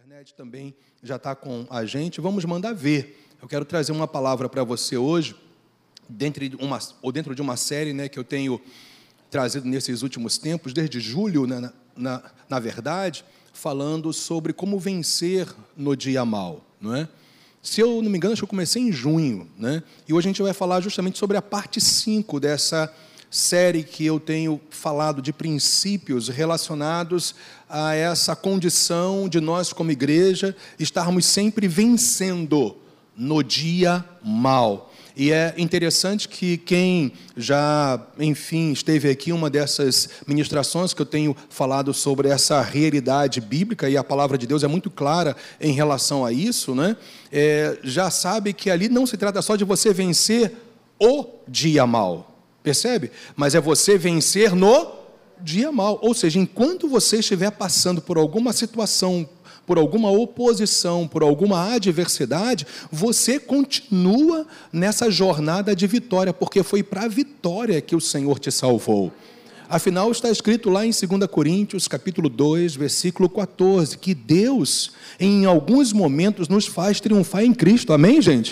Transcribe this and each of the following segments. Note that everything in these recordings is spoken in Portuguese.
internet também já está com a gente, vamos mandar ver. Eu quero trazer uma palavra para você hoje, dentro de uma série, né, que eu tenho trazido nesses últimos tempos, desde julho, né, na verdade, falando sobre como vencer no dia mau, não é? Se eu não me engano, acho que eu comecei em junho, né? E hoje a gente vai falar justamente sobre a parte 5 dessa série que eu tenho falado de princípios relacionados a essa condição de nós, como igreja, estarmos sempre vencendo no dia mau. E é interessante que quem já, enfim, esteve aqui, uma dessas ministrações que eu tenho falado sobre essa realidade bíblica, e a palavra de Deus é muito clara em relação a isso, né? Já sabe que ali não se trata só de você vencer o dia mau, percebe? Mas é você vencer no dia mau. Ou seja, enquanto você estiver passando por alguma situação, por alguma oposição, por alguma adversidade, você continua nessa jornada de vitória, porque foi para a vitória que o Senhor te salvou. Afinal, está escrito lá em 2 Coríntios, capítulo 2, versículo 14, que Deus, em alguns momentos, nos faz triunfar em Cristo. Amém, gente?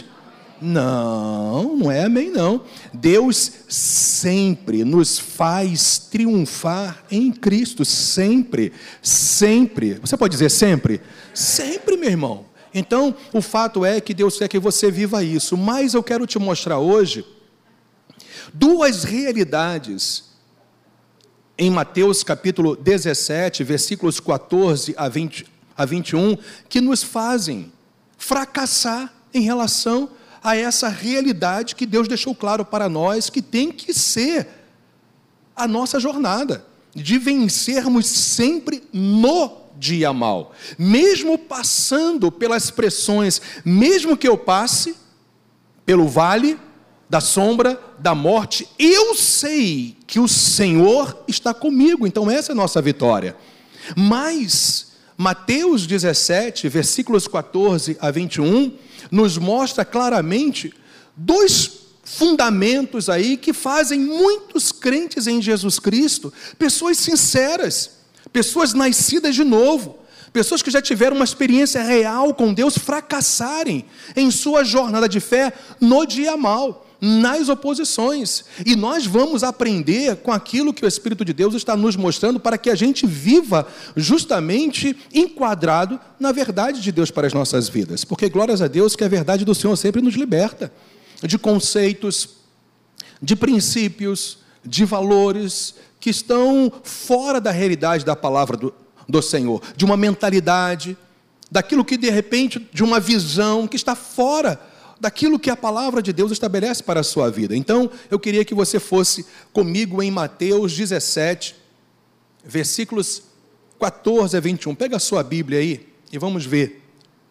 Não é amém, não. Deus sempre nos faz triunfar em Cristo, sempre, sempre. Você pode dizer sempre? Sempre, meu irmão. Então, o fato é que Deus quer que você viva isso, mas eu quero te mostrar hoje duas realidades em Mateus capítulo 17, versículos 14 a 21, que nos fazem fracassar em relação a essa realidade que Deus deixou claro para nós, que tem que ser a nossa jornada, de vencermos sempre no dia mau, mesmo passando pelas pressões, mesmo que eu passe pelo vale da sombra da morte, eu sei que o Senhor está comigo, então essa é a nossa vitória. Mas Mateus 17, versículos 14 a 21, nos mostra claramente dois fundamentos aí que fazem muitos crentes em Jesus Cristo, pessoas sinceras, pessoas nascidas de novo, pessoas que já tiveram uma experiência real com Deus, fracassarem em sua jornada de fé no dia mau, nas oposições. E nós vamos aprender com aquilo que o Espírito de Deus está nos mostrando para que a gente viva justamente enquadrado na verdade de Deus para as nossas vidas. Porque glórias a Deus que a verdade do Senhor sempre nos liberta de conceitos, de princípios, de valores que estão fora da realidade da palavra do Senhor, de uma mentalidade, daquilo que de repente, de uma visão que está fora daquilo que a palavra de Deus estabelece para a sua vida. Então, eu queria que você fosse comigo em Mateus 17, versículos 14 a 21. Pega a sua Bíblia aí e vamos ver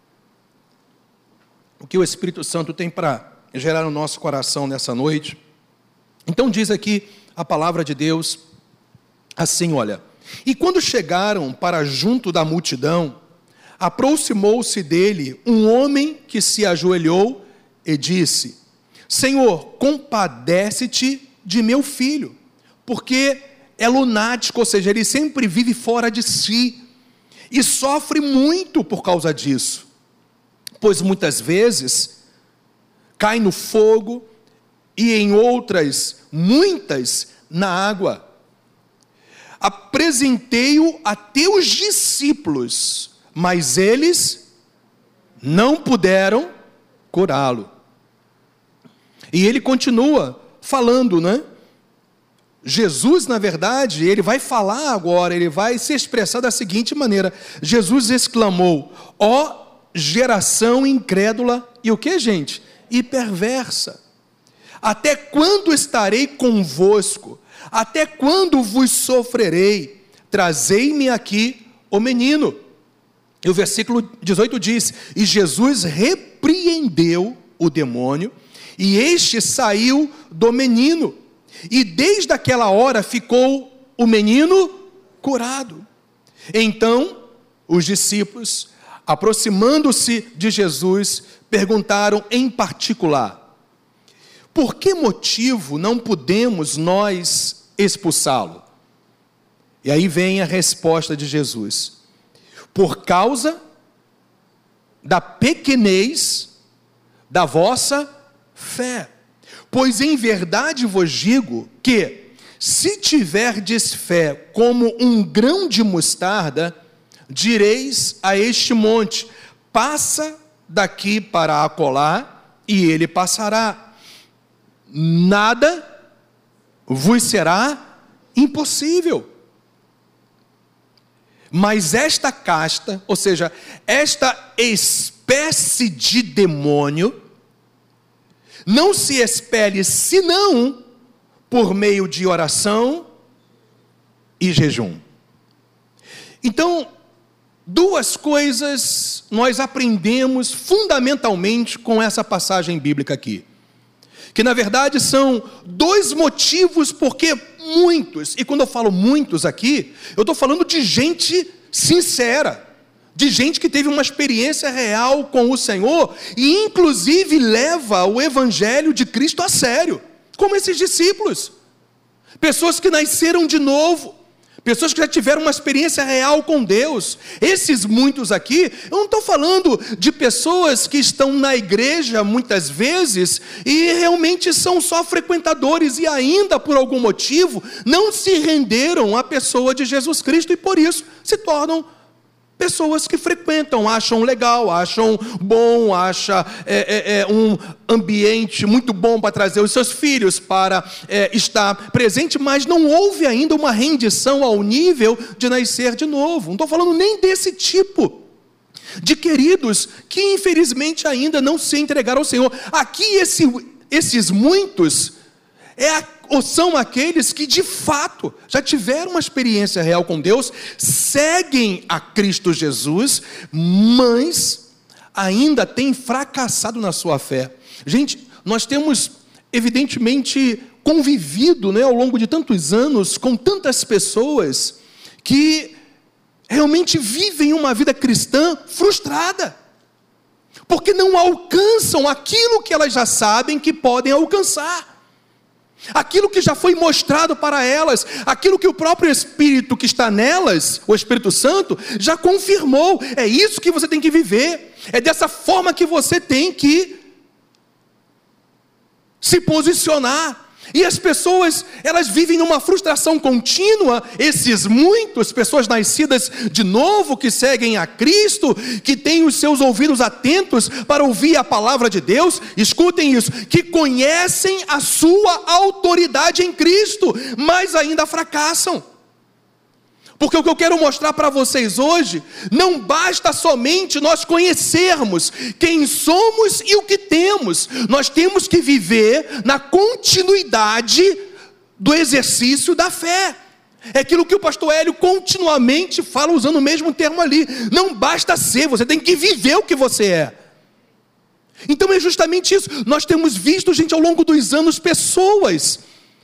o que o Espírito Santo tem para gerar no nosso coração nessa noite. Então, diz aqui a palavra de Deus assim, olha: e quando chegaram para junto da multidão, aproximou-se dele um homem que se ajoelhou e disse: Senhor, compadece-te de meu filho, porque é lunático, ou seja, ele sempre vive fora de si, e sofre muito por causa disso, pois muitas vezes cai no fogo, e em outras, muitas, na água. Apresentei-o a teus discípulos, mas eles não puderam curá-lo. E ele continua falando, né? Jesus, na verdade, ele vai falar agora, ele vai se expressar da seguinte maneira: Jesus exclamou: ó geração incrédula, e o que, gente? E perversa. Até quando estarei convosco? Até quando vos sofrerei? Trazei-me aqui o menino. E o versículo 18 diz: e Jesus repreendeu o demônio, e este saiu do menino, e desde aquela hora ficou o menino curado. Então, os discípulos, aproximando-se de Jesus, perguntaram em particular: por que motivo não podemos nós expulsá-lo? E aí vem a resposta de Jesus: por causa da pequenez da vossa fé. Pois em verdade vos digo que, se tiverdes fé como um grão de mostarda, direis a este monte: passa daqui para acolá, e ele passará. Nada vos será impossível. Mas esta casta, ou seja, esta espécie de demônio, não se expele senão por meio de oração e jejum. Então, duas coisas nós aprendemos fundamentalmente com essa passagem bíblica aqui. Que na verdade são dois motivos porque muitos, e quando eu falo muitos aqui, eu estou falando de gente sincera, de gente que teve uma experiência real com o Senhor e inclusive leva o Evangelho de Cristo a sério, como esses discípulos. Pessoas que nasceram de novo, pessoas que já tiveram uma experiência real com Deus. Esses muitos aqui, eu não estou falando de pessoas que estão na igreja muitas vezes e realmente são só frequentadores e ainda por algum motivo não se renderam à pessoa de Jesus Cristo e por isso se tornam pessoas que frequentam, acham legal, acham bom, acham um ambiente muito bom para trazer os seus filhos, para estar presente, mas não houve ainda uma rendição ao nível de nascer de novo. Não estou falando nem desse tipo de queridos que infelizmente ainda não se entregaram ao Senhor. Aqui esses muitos ou são aqueles que de fato já tiveram uma experiência real com Deus, seguem a Cristo Jesus, mas ainda têm fracassado na sua fé. Gente, nós temos evidentemente convivido, ao longo de tantos anos com tantas pessoas que realmente vivem uma vida cristã frustrada, porque não alcançam aquilo que elas já sabem que podem alcançar. Aquilo que já foi mostrado para elas, aquilo que o próprio Espírito que está nelas, o Espírito Santo, já confirmou. É isso que você tem que viver, é dessa forma que você tem que se posicionar. E as pessoas, elas vivem numa frustração contínua. Esses muitos, pessoas nascidas de novo, que seguem a Cristo, que têm os seus ouvidos atentos para ouvir a palavra de Deus, escutem isso, que conhecem a sua autoridade em Cristo, mas ainda fracassam. Porque o que eu quero mostrar para vocês hoje, não basta somente nós conhecermos quem somos e o que temos. Nós temos que viver na continuidade do exercício da fé. É aquilo que o pastor Hélio continuamente fala, usando o mesmo termo ali. Não basta ser, você tem que viver o que você é. Então é justamente isso. Nós temos visto, gente, ao longo dos anos, pessoas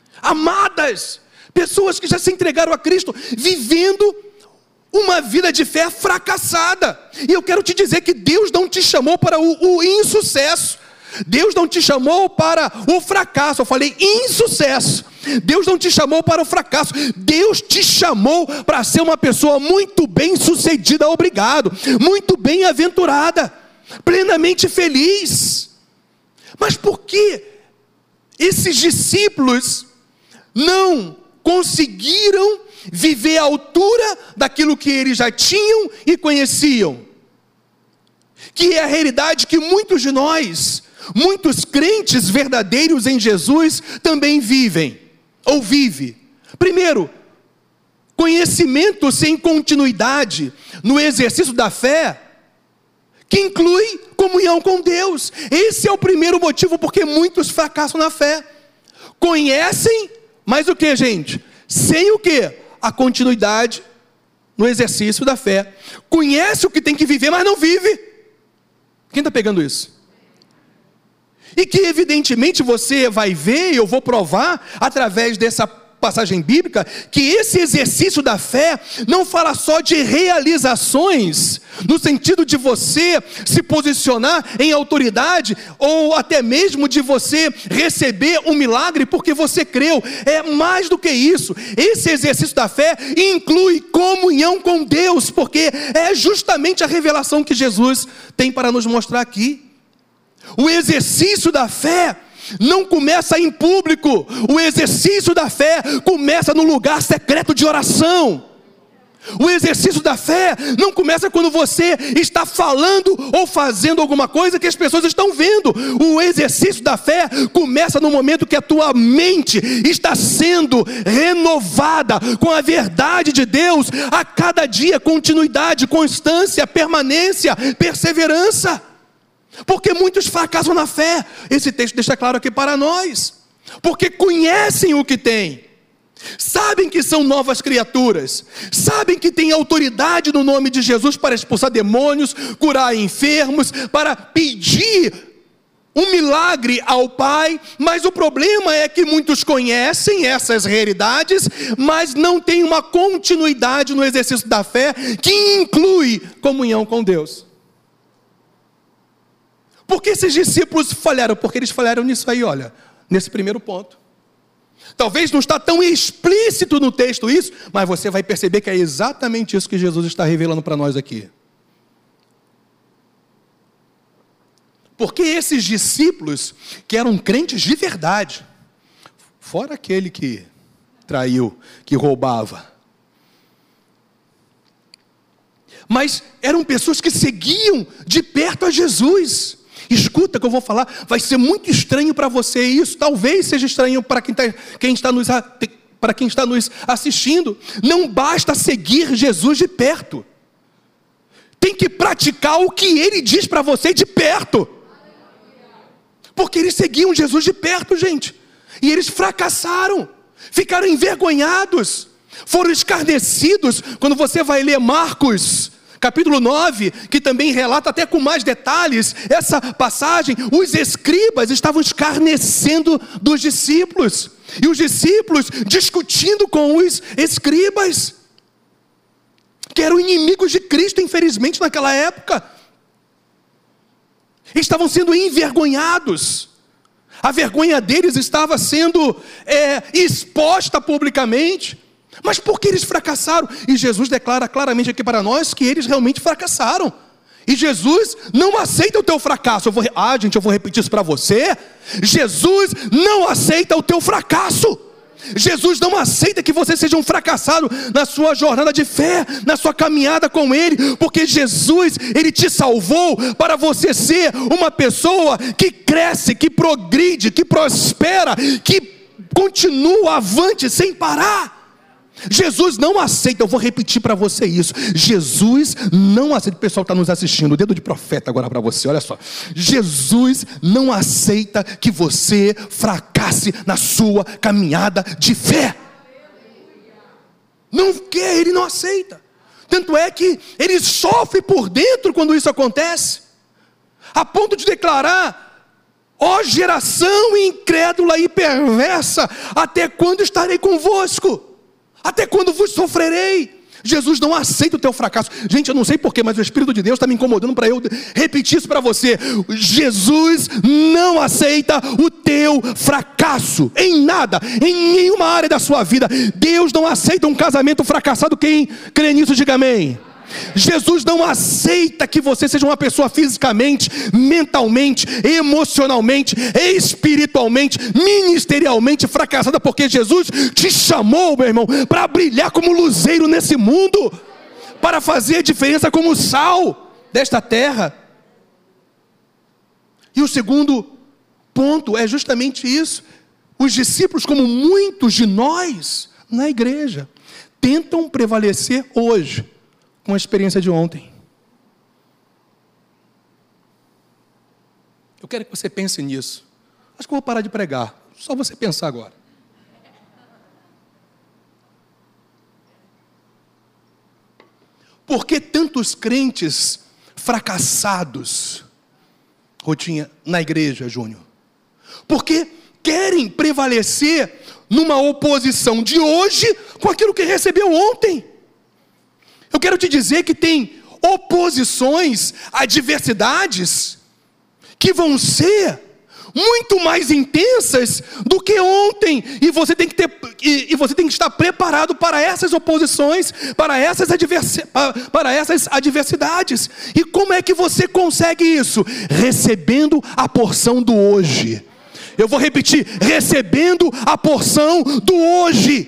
amadas, pessoas que já se entregaram a Cristo, vivendo uma vida de fé fracassada. E eu quero te dizer que Deus não te chamou para o insucesso. Deus não te chamou para o fracasso. Eu falei insucesso. Deus não te chamou para o fracasso. Deus te chamou para ser uma pessoa muito bem sucedida, obrigado, muito bem-aventurada, plenamente feliz. Mas por que esses discípulos não conseguiram viver à altura daquilo que eles já tinham e conheciam? Que é a realidade que muitos de nós, muitos crentes verdadeiros em Jesus também vivem, ou vive. Primeiro, conhecimento sem continuidade no exercício da fé, que inclui comunhão com Deus. Esse é o primeiro motivo porque muitos fracassam na fé. Conhecem, mas o que, gente? Sem o que? A continuidade no exercício da fé. Conhece o que tem que viver, mas não vive. Quem está pegando isso? E que evidentemente você vai ver, e eu vou provar, através dessa passagem bíblica que esse exercício da fé não fala só de realizações, no sentido de você se posicionar em autoridade, ou até mesmo de você receber um milagre porque você creu. É mais do que isso. Esse exercício da fé inclui comunhão com Deus, porque é justamente a revelação que Jesus tem para nos mostrar aqui. O exercício da fé não começa em público. O exercício da fé começa no lugar secreto de oração. O exercício da fé não começa quando você está falando ou fazendo alguma coisa que as pessoas estão vendo. O exercício da fé começa no momento que a tua mente está sendo renovada com a verdade de Deus a cada dia. Continuidade, constância, permanência, perseverança. Porque muitos fracassam na fé. Esse texto deixa claro aqui para nós. Porque conhecem o que têm, sabem que são novas criaturas, sabem que têm autoridade no nome de Jesus para expulsar demônios, curar enfermos, para pedir um milagre ao Pai. Mas o problema é que muitos conhecem essas realidades, mas não tem uma continuidade no exercício da fé que inclui comunhão com Deus. Por que esses discípulos falharam? Porque eles falharam nisso aí, olha, nesse primeiro ponto. Talvez não está tão explícito no texto isso, mas você vai perceber que é exatamente isso que Jesus está revelando para nós aqui. Porque esses discípulos, que eram crentes de verdade, fora aquele que traiu, que roubava, mas eram pessoas que seguiam de perto a Jesus. Escuta que eu vou falar, vai ser muito estranho para você isso, talvez seja estranho para quem está nos assistindo. Não basta seguir Jesus de perto, tem que praticar o que Ele diz para você de perto. Porque eles seguiam Jesus de perto, gente, e eles fracassaram, ficaram envergonhados, foram escarnecidos. Quando você vai ler Marcos capítulo 9, que também relata até com mais detalhes essa passagem, os escribas estavam escarnecendo dos discípulos, e os discípulos discutindo com os escribas, que eram inimigos de Cristo, infelizmente, naquela época. Estavam sendo envergonhados, a vergonha deles estava sendo exposta publicamente. Mas por que eles fracassaram? E Jesus declara claramente aqui para nós que eles realmente fracassaram. E Jesus não aceita o teu fracasso. Eu vou repetir isso para você. Jesus não aceita o teu fracasso. Jesus não aceita que você seja um fracassado na sua jornada de fé, na sua caminhada com Ele, porque Jesus, Ele te salvou para você ser uma pessoa que cresce, que progride, que prospera, que continua avante sem parar. Jesus não aceita, eu vou repetir para você isso, Jesus não aceita, o pessoal está nos assistindo, o dedo de profeta agora para você, olha só, Jesus não aceita que você fracasse na sua caminhada de fé, não quer, Ele não aceita, tanto é que Ele sofre por dentro quando isso acontece, a ponto de declarar: ó geração incrédula e perversa, até quando estarei convosco? Até quando vos sofrerei? Jesus não aceita o teu fracasso. Gente, eu não sei porquê, mas o Espírito de Deus está me incomodando para eu repetir isso para você. Jesus não aceita o teu fracasso, em nada, em nenhuma área da sua vida. Deus não aceita um casamento fracassado. Quem crê nisso, diga amém. Jesus não aceita que você seja uma pessoa fisicamente, mentalmente, emocionalmente, espiritualmente, ministerialmente fracassada, porque Jesus te chamou, meu irmão, para brilhar como luzeiro nesse mundo, para fazer a diferença como sal desta terra. E o segundo ponto é justamente isso. Os discípulos, como muitos de nós na igreja, tentam prevalecer hoje com a experiência de ontem. Eu quero que você pense nisso. Acho que eu vou parar de pregar. Só você pensar agora. Por que tantos crentes fracassados, Rotinha, na igreja, Júnior? Porque querem prevalecer numa oposição de hoje com aquilo que recebeu ontem. Eu quero te dizer que tem oposições, adversidades, que vão ser muito mais intensas do que ontem, e você tem que estar preparado para essas oposições, para essas adversidades. E como é que você consegue isso? Recebendo a porção do hoje. Eu vou repetir: recebendo a porção do hoje.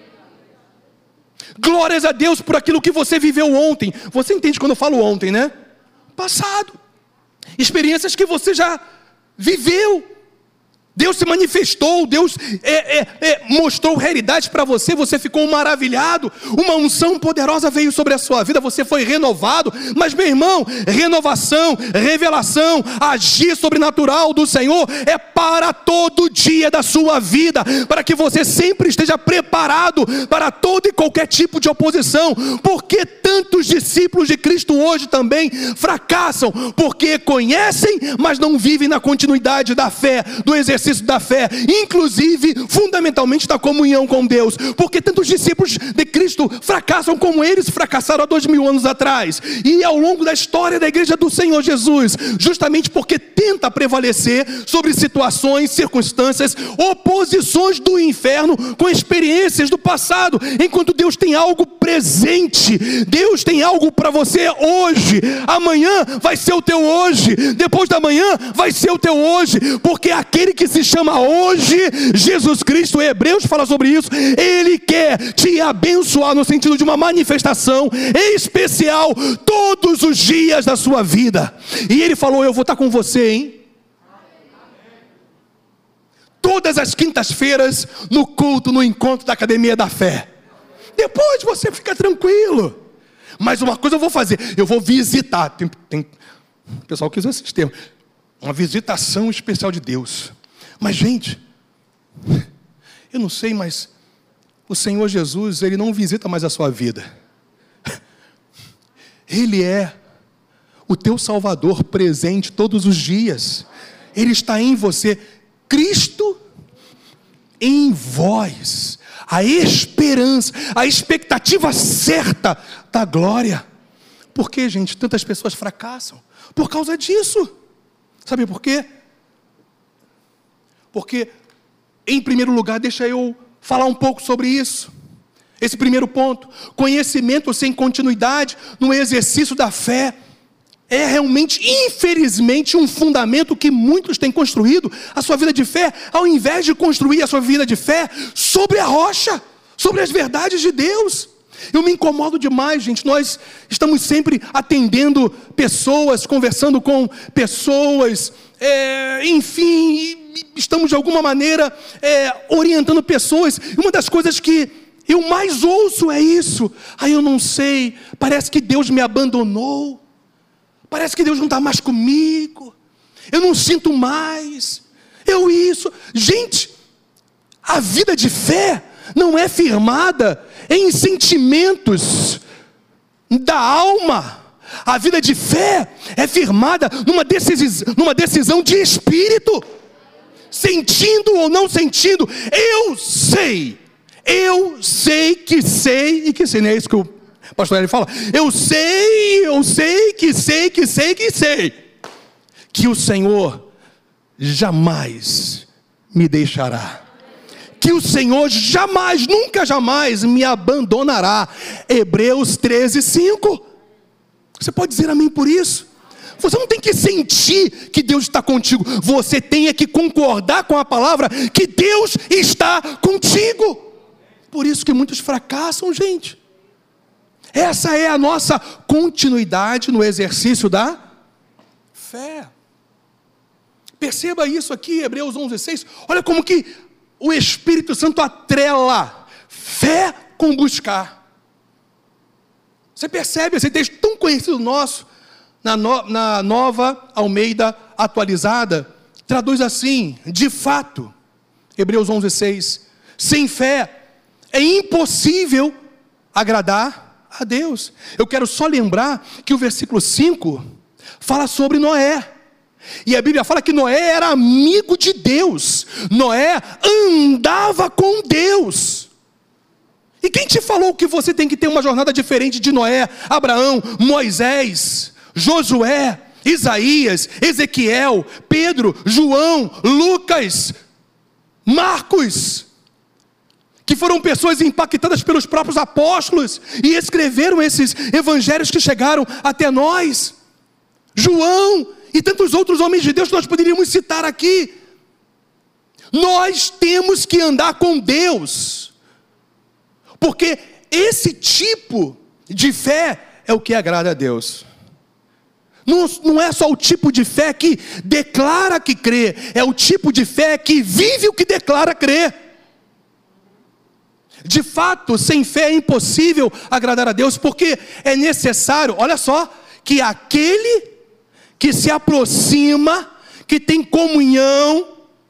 Glórias a Deus por aquilo que você viveu ontem. Você entende quando eu falo ontem, né? Passado. Experiências que você já viveu. Deus se manifestou, Deus mostrou realidade para você, você ficou maravilhado, uma unção poderosa veio sobre a sua vida, você foi renovado. Mas, meu irmão, renovação, revelação, agir sobrenatural do Senhor é para todo dia da sua vida, para que você sempre esteja preparado para todo e qualquer tipo de oposição. Porque tantos discípulos de Cristo hoje também fracassam, porque conhecem, mas não vivem na continuidade da fé, do exercício da fé, inclusive, fundamentalmente, da comunhão com Deus. Porque tantos discípulos de Cristo fracassam como eles fracassaram há 2000 anos atrás, e ao longo da história da igreja do Senhor Jesus, justamente porque tenta prevalecer sobre situações, circunstâncias, oposições do inferno com experiências do passado, enquanto Deus tem algo presente. Deus tem algo para você hoje. Amanhã vai ser o teu hoje, depois da manhã vai ser o teu hoje, porque aquele que se chama hoje, Jesus Cristo, Hebreus fala sobre isso, Ele quer te abençoar no sentido de uma manifestação especial todos os dias da sua vida. E Ele falou: eu vou estar com você, hein? Todas as quintas-feiras no culto, no encontro da Academia da Fé. Depois você fica tranquilo. Mas uma coisa eu vou fazer, eu vou visitar. Tem o pessoal que usa esse termo, uma visitação especial de Deus. Mas, gente, eu não sei, mas o Senhor Jesus, Ele não visita mais a sua vida. Ele é o teu Salvador presente todos os dias. Ele está em você. Cristo em vós. A esperança, a expectativa certa da glória. Por que, gente, tantas pessoas fracassam? Por causa disso. Sabe por quê? Porque, em primeiro lugar, deixa eu falar um pouco sobre isso. Esse primeiro ponto: conhecimento sem continuidade no exercício da fé é realmente, infelizmente, um fundamento que muitos têm construído a sua vida de fé, ao invés de construir a sua vida de fé sobre a rocha, sobre as verdades de Deus. Eu me incomodo demais, gente. Nós estamos sempre atendendo pessoas, conversando com pessoas, enfim, estamos de alguma maneira orientando pessoas. E uma das coisas que eu mais ouço é isso: eu não sei, parece que Deus me abandonou, parece que Deus não está mais comigo, eu não sinto mais, gente, a vida de fé não é firmada em sentimentos da alma. A vida de fé é firmada numa decisão de espírito. Sentindo ou não sentindo, eu sei que sei e que sei, não é isso que o pastor Eli fala? Eu sei que o Senhor jamais me deixará, que o Senhor jamais, nunca jamais me abandonará. Hebreus 13:5. Você pode dizer amém por isso? Você não tem que sentir que Deus está contigo, você tem que concordar com a palavra que Deus está contigo. Por isso que muitos fracassam, gente. Essa é a nossa continuidade no exercício da fé. Perceba isso aqui, Hebreus 11:6. Olha como que o Espírito Santo atrela fé com buscar. Você percebe esse texto tão conhecido nosso, na Nova Almeida Atualizada, traduz assim: de fato, Hebreus 11:6, sem fé é impossível agradar a Deus. Eu quero só lembrar que o versículo 5 fala sobre Noé. E a Bíblia fala que Noé era amigo de Deus. Noé andava com Deus. E quem te falou que você tem que ter uma jornada diferente de Noé, Abraão, Moisés, Josué, Isaías, Ezequiel, Pedro, João, Lucas, Marcos, que foram pessoas impactadas pelos próprios apóstolos e escreveram esses evangelhos que chegaram até nós? João e tantos outros homens de Deus que nós poderíamos citar aqui. Nós temos que andar com Deus, porque esse tipo de fé é o que agrada a Deus. Não é só o tipo de fé que declara que crê, é o tipo de fé que vive o que declara crer. De fato, sem fé é impossível agradar a Deus, porque é necessário, olha só, que aquele que se aproxima, que tem comunhão,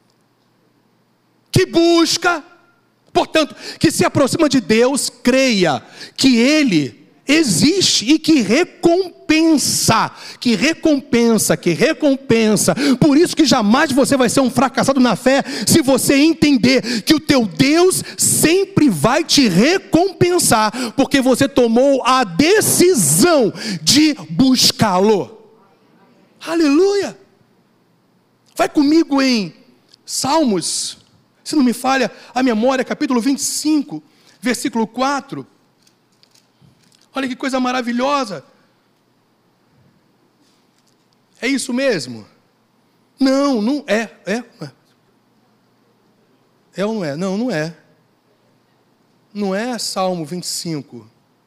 que busca, portanto, que se aproxima de Deus, creia que Ele existe e que recompensa. Por isso que jamais você vai ser um fracassado na fé, se você entender que o teu Deus sempre vai te recompensar, porque você tomou a decisão de buscá-lo. Aleluia! Vai comigo em Salmos, se não me falha a memória, capítulo 25, versículo 4. Olha que coisa maravilhosa. É isso mesmo? Não é. É ou não é? Não é. Não é Salmo 25.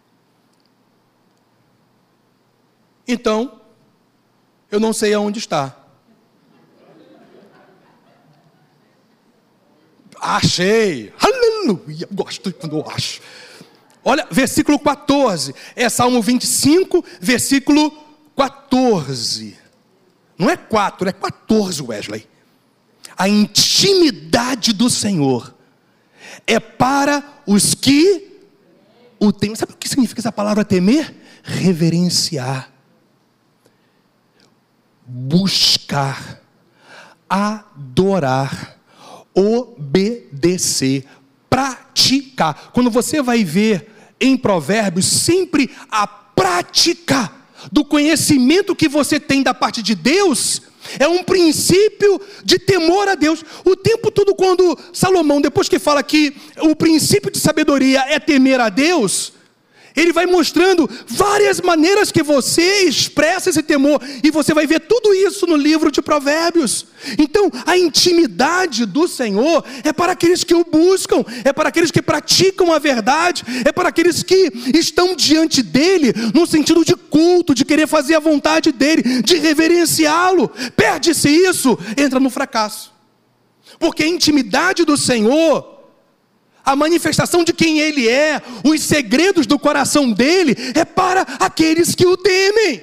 Então, eu não sei aonde está. Achei. Aleluia. Gosto quando eu acho. Olha, versículo 14. É Salmo 25, versículo 14. Não é 4, é 14, Wesley. A intimidade do Senhor é para os que o temem. Sabe o que significa essa palavra temer? Reverenciar, buscar, adorar, obedecer, praticar. Quando você vai ver em Provérbios, sempre a prática do conhecimento que você tem da parte de Deus é um princípio de temor a Deus. O tempo todo, quando Salomão, depois que fala que o princípio de sabedoria é temer a Deus, ele vai mostrando várias maneiras que você expressa esse temor, e você vai ver tudo isso no livro de Provérbios. Então, a intimidade do Senhor é para aqueles que o buscam, é para aqueles que praticam a verdade, é para aqueles que estão diante dele, no sentido de culto, de querer fazer a vontade dele, de reverenciá-lo. Perde-se isso, entra no fracasso. Porque a intimidade do Senhor, a manifestação de quem Ele é, os segredos do coração dEle, é para aqueles que o temem,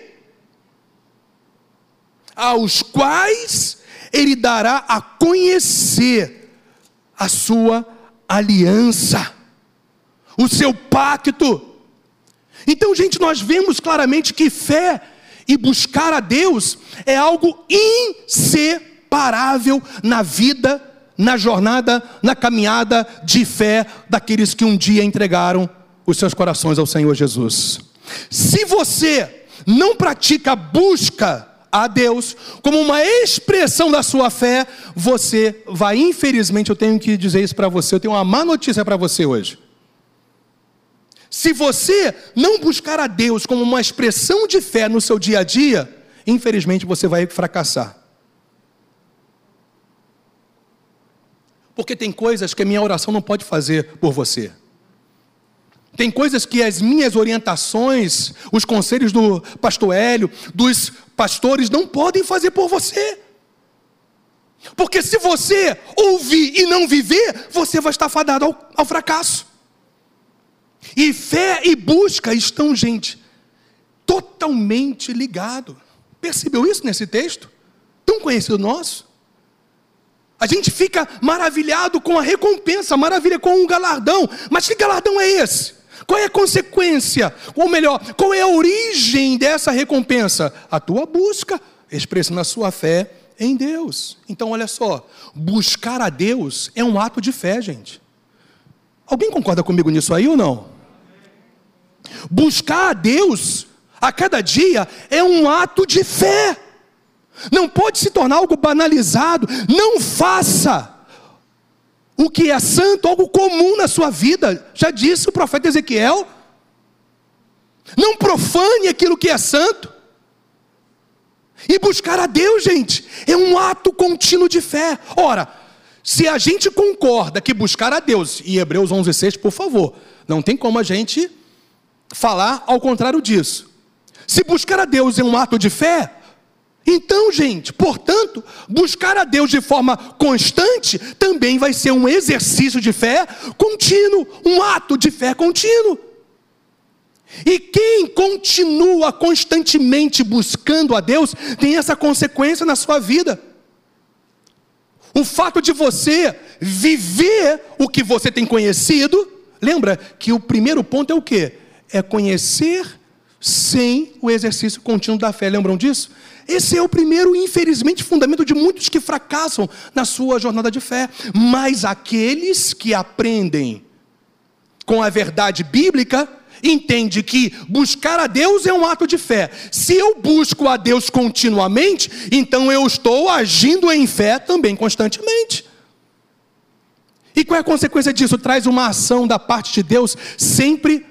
aos quais Ele dará a conhecer a sua aliança, o seu pacto. Então, gente, nós vemos claramente que fé e buscar a Deus é algo inseparável na vida, na jornada, na caminhada de fé daqueles que um dia entregaram os seus corações ao Senhor Jesus. Se você não pratica a busca a Deus como uma expressão da sua fé, você vai, infelizmente, eu tenho que dizer isso para você, eu tenho uma má notícia para você hoje. Se você não buscar a Deus como uma expressão de fé no seu dia a dia, infelizmente você vai fracassar. Porque tem coisas que a minha oração não pode fazer por você. Tem coisas que as minhas orientações, os conselhos do pastor Hélio, dos pastores, não podem fazer por você. Porque se você ouvir e não viver, você vai estar fadado ao fracasso. E fé e busca estão, gente, totalmente ligados. Percebeu isso nesse texto? Tão conhecido nosso? A gente fica maravilhado com a recompensa, maravilha com um galardão. Mas que galardão é esse? Qual é a consequência? Ou melhor, qual é a origem dessa recompensa? A tua busca. expressando a sua fé em Deus. Então, olha só, buscar a Deus é um ato de fé, gente. Alguém concorda comigo nisso aí ou não? Buscar a Deus a cada dia é um ato de fé. Não pode se tornar algo banalizado. Não faça o que é santo algo comum na sua vida. Já disse o profeta Ezequiel. Não profane aquilo que é santo. E buscar a Deus, gente, é um ato contínuo de fé. Ora, se a gente concorda que buscar a Deus, e Hebreus 11:6, por favor, não tem como a gente falar ao contrário disso. Se buscar a Deus é um ato de fé, então, gente, portanto, buscar a Deus de forma constante também vai ser um exercício de fé contínuo, um ato de fé contínuo. E quem continua constantemente buscando a Deus, tem essa consequência na sua vida. O fato de você viver o que você tem conhecido, lembra que o primeiro ponto é o quê? É conhecer sem o exercício contínuo da fé, lembram disso? Esse é o primeiro, infelizmente, fundamento de muitos que fracassam na sua jornada de fé. Mas aqueles que aprendem com a verdade bíblica, entende que buscar a Deus é um ato de fé. Se eu busco a Deus continuamente, então eu estou agindo em fé também constantemente. E qual é a consequência disso? Traz uma ação da parte de Deus sempre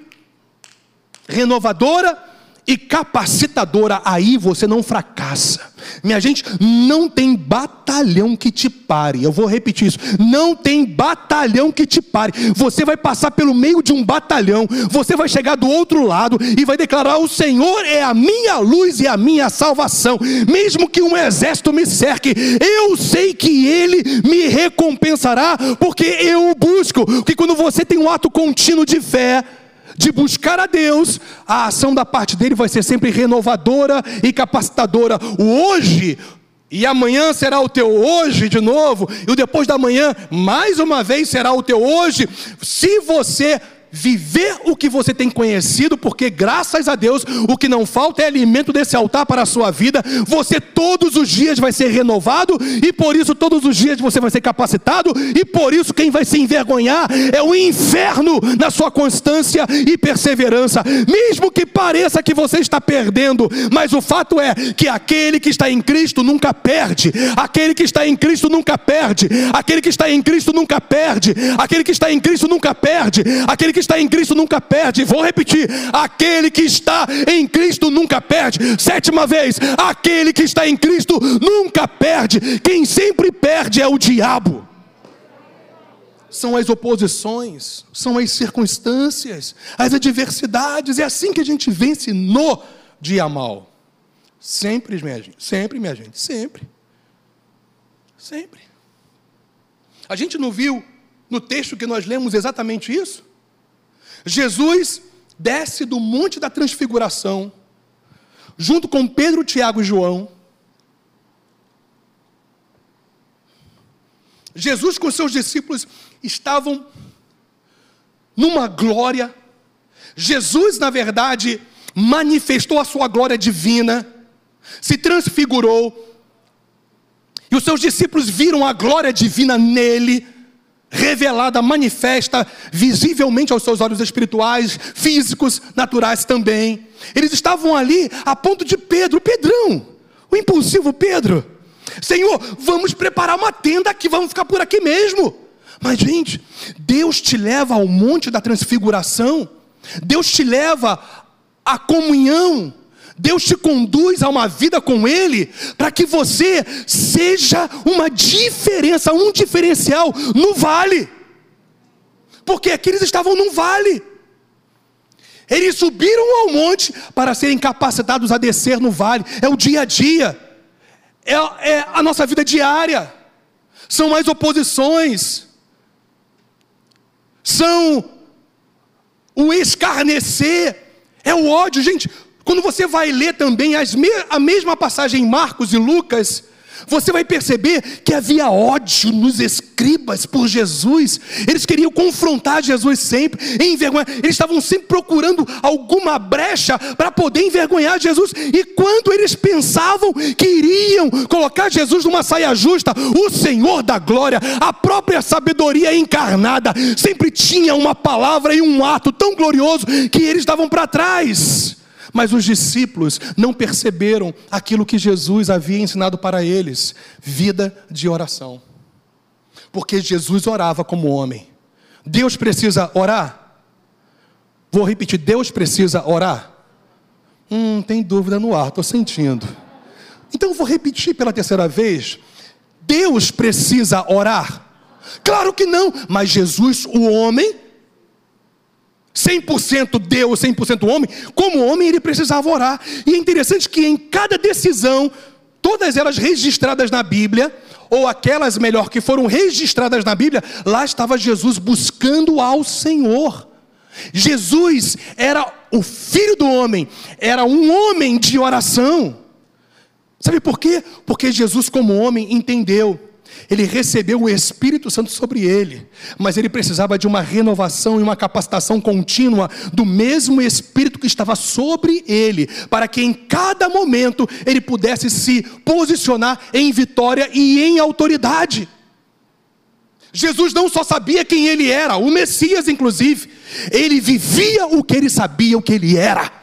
renovadora e capacitadora. Aí você não fracassa. Minha gente, não tem batalhão que te pare. Eu vou repetir isso. Não tem batalhão que te pare. Você vai passar pelo meio de um batalhão. Você vai chegar do outro lado e vai declarar: o Senhor é a minha luz e a minha salvação. Mesmo que um exército me cerque, eu sei que Ele me recompensará, porque eu o busco. Porque quando você tem um ato contínuo de fé, de buscar a Deus, a ação da parte dele vai ser sempre renovadora e capacitadora. O hoje e amanhã será o teu hoje de novo, e o depois da manhã mais uma vez será o teu hoje, se você viver o que você tem conhecido, porque graças a Deus o que não falta é alimento desse altar para a sua vida. Você todos os dias vai ser renovado, e por isso todos os dias você vai ser capacitado, e por isso quem vai se envergonhar é o inferno na sua constância e perseverança. Mesmo que pareça que você está perdendo, mas o fato é que aquele que está em Cristo nunca perde. Aquele que está em Cristo nunca perde. Aquele que está em Cristo nunca perde. Aquele que está em Cristo nunca perde. Aquele que está em Cristo nunca perde. Vou repetir: aquele que está em Cristo nunca perde. 7ª vez: aquele que está em Cristo nunca perde. Quem sempre perde é o diabo. São as oposições, são as circunstâncias, as adversidades. É assim que a gente vence no dia mal. Sempre, minha gente, sempre, minha gente, sempre. Sempre. A gente não viu no texto que nós lemos exatamente isso? Jesus desce do Monte da Transfiguração, junto com Pedro, Tiago e João. Jesus com seus discípulos estavam numa glória. Jesus, na verdade, manifestou a sua glória divina, se transfigurou, e os seus discípulos viram a glória divina nele, revelada, manifesta, visivelmente aos seus olhos espirituais, físicos, naturais também. Eles estavam ali a ponto de Pedrão, o impulsivo Pedro: Senhor, vamos preparar uma tenda aqui, vamos ficar por aqui mesmo. Mas, gente, Deus te leva ao Monte da Transfiguração, Deus te leva à comunhão, Deus te conduz a uma vida com Ele, para que você seja uma diferença, um diferencial no vale. Porque aqui eles estavam num vale. Eles subiram ao monte para serem capacitados a descer no vale. É o dia a dia, é a nossa vida diária. São as oposições, são o escarnecer, é o ódio. Gente, quando você vai ler também a mesma passagem em Marcos e Lucas, Você vai perceber que havia ódio nos escribas por Jesus. Eles queriam confrontar Jesus sempre, envergonhar. Eles estavam sempre procurando alguma brecha para poder envergonhar Jesus. E quando eles pensavam que iriam colocar Jesus numa saia justa, o Senhor da glória, a própria sabedoria encarnada, sempre tinha uma palavra e um ato tão glorioso que eles davam para trás. Mas os discípulos não perceberam aquilo que Jesus havia ensinado para eles: vida de oração. Porque Jesus orava como homem. Deus precisa orar? Vou repetir, Deus precisa orar? Tem dúvida no ar, estou sentindo. Então eu vou repetir pela terceira vez. Deus precisa orar? Claro que não, mas Jesus, o homem, 100% Deus, 100% homem, como homem ele precisava orar. E é interessante que em cada decisão, todas elas registradas na Bíblia, ou aquelas melhor que foram registradas na Bíblia, lá estava Jesus buscando ao Senhor. Jesus era o Filho do homem, era um homem de oração. Sabe por quê? Porque Jesus como homem entendeu. Ele recebeu o Espírito Santo sobre ele, mas ele precisava de uma renovação e uma capacitação contínua do mesmo Espírito que estava sobre ele, para que em cada momento ele pudesse se posicionar em vitória e em autoridade. Jesus não só sabia quem ele era, o Messias inclusive, ele vivia o que ele sabia, o que ele era.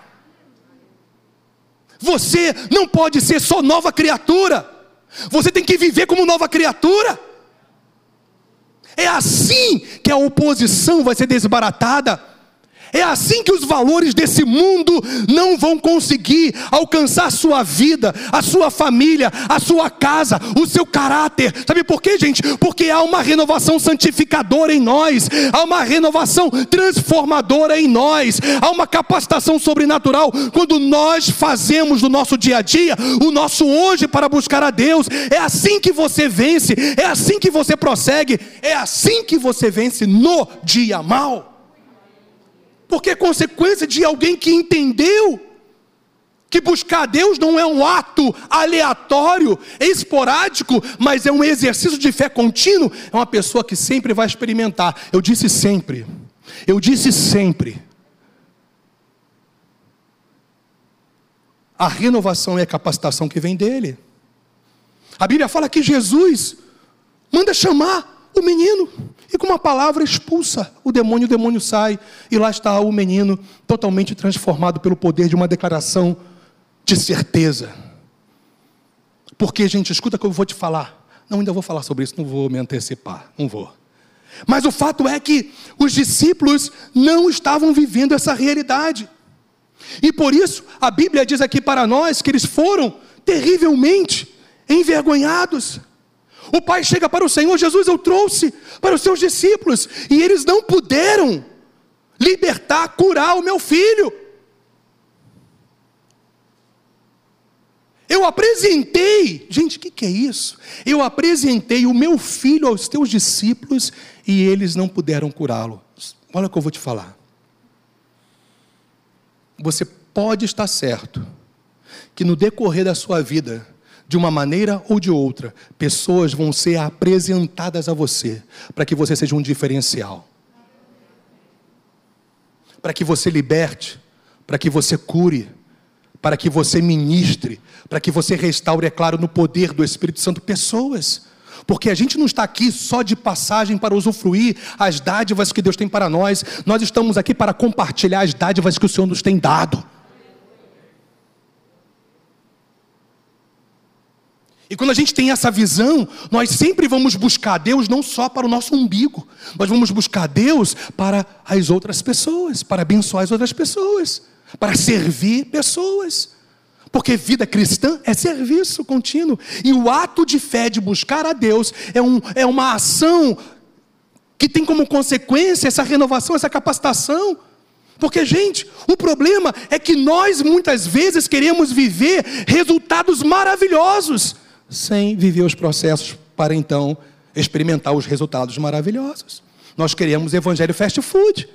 Você não pode ser só nova criatura. Você tem que viver como nova criatura. É assim que a oposição vai ser desbaratada. É assim que os valores desse mundo não vão conseguir alcançar a sua vida, a sua família, a sua casa, o seu caráter. Sabe por quê, gente? Porque há uma renovação santificadora em nós, há uma renovação transformadora em nós, há uma capacitação sobrenatural quando nós fazemos do nosso dia a dia o nosso hoje para buscar a Deus. É assim que você vence, é assim que você prossegue, é assim que você vence no dia mau. Porque é consequência de alguém que entendeu que buscar a Deus não é um ato aleatório, esporádico, mas é um exercício de fé contínuo. É uma pessoa que sempre vai experimentar. Eu disse sempre. A renovação e a capacitação que vem dele. A Bíblia fala que Jesus manda chamar o menino, e com uma palavra expulsa o demônio sai, e lá está o menino totalmente transformado pelo poder de uma declaração de certeza. Porque, gente, escuta o que eu vou te falar. Não, ainda vou falar sobre isso, não vou me antecipar, não vou. Mas o fato é que os discípulos não estavam vivendo essa realidade. E por isso, a Bíblia diz aqui para nós que eles foram terrivelmente envergonhados. O pai chega para o Senhor: Jesus, eu trouxe para os seus discípulos, e eles não puderam libertar, curar o meu filho. Eu apresentei, gente, o que é isso? Eu apresentei o meu filho aos teus discípulos, e eles não puderam curá-lo. Olha o que eu vou te falar. Você pode estar certo que no decorrer da sua vida, de uma maneira ou de outra, pessoas vão ser apresentadas a você, para que você seja um diferencial, para que você liberte, para que você cure, para que você ministre, para que você restaure, é claro, no poder do Espírito Santo, pessoas. Porque a gente não está aqui só de passagem para usufruir as dádivas que Deus tem para nós. Nós estamos aqui para compartilhar as dádivas que o Senhor nos tem dado. E quando a gente tem essa visão, nós sempre vamos buscar Deus não só para o nosso umbigo. Nós vamos buscar Deus para as outras pessoas, para abençoar as outras pessoas, para servir pessoas. Porque vida cristã é serviço contínuo. E o ato de fé de buscar a Deus é uma ação que tem como consequência essa renovação, essa capacitação. Porque, gente, o problema é que nós muitas vezes queremos viver resultados maravilhosos, sem viver os processos para então experimentar os resultados maravilhosos. Nós queremos evangelho fast food.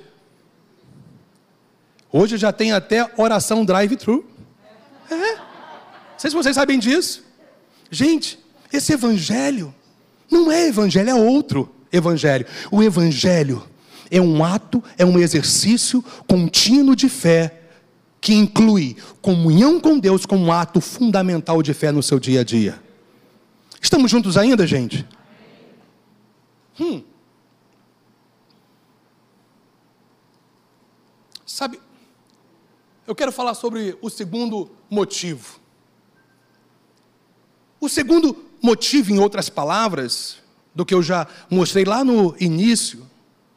Hoje já tem até oração drive-thru. Não sei se vocês sabem disso. Gente, esse evangelho não é evangelho, é outro evangelho. O evangelho é um ato, é um exercício contínuo de fé, que inclui comunhão com Deus como um ato fundamental de fé no seu dia a dia. Estamos juntos ainda, gente? Sabe, eu quero falar sobre o segundo motivo. O segundo motivo, em outras palavras, do que eu já mostrei lá no início,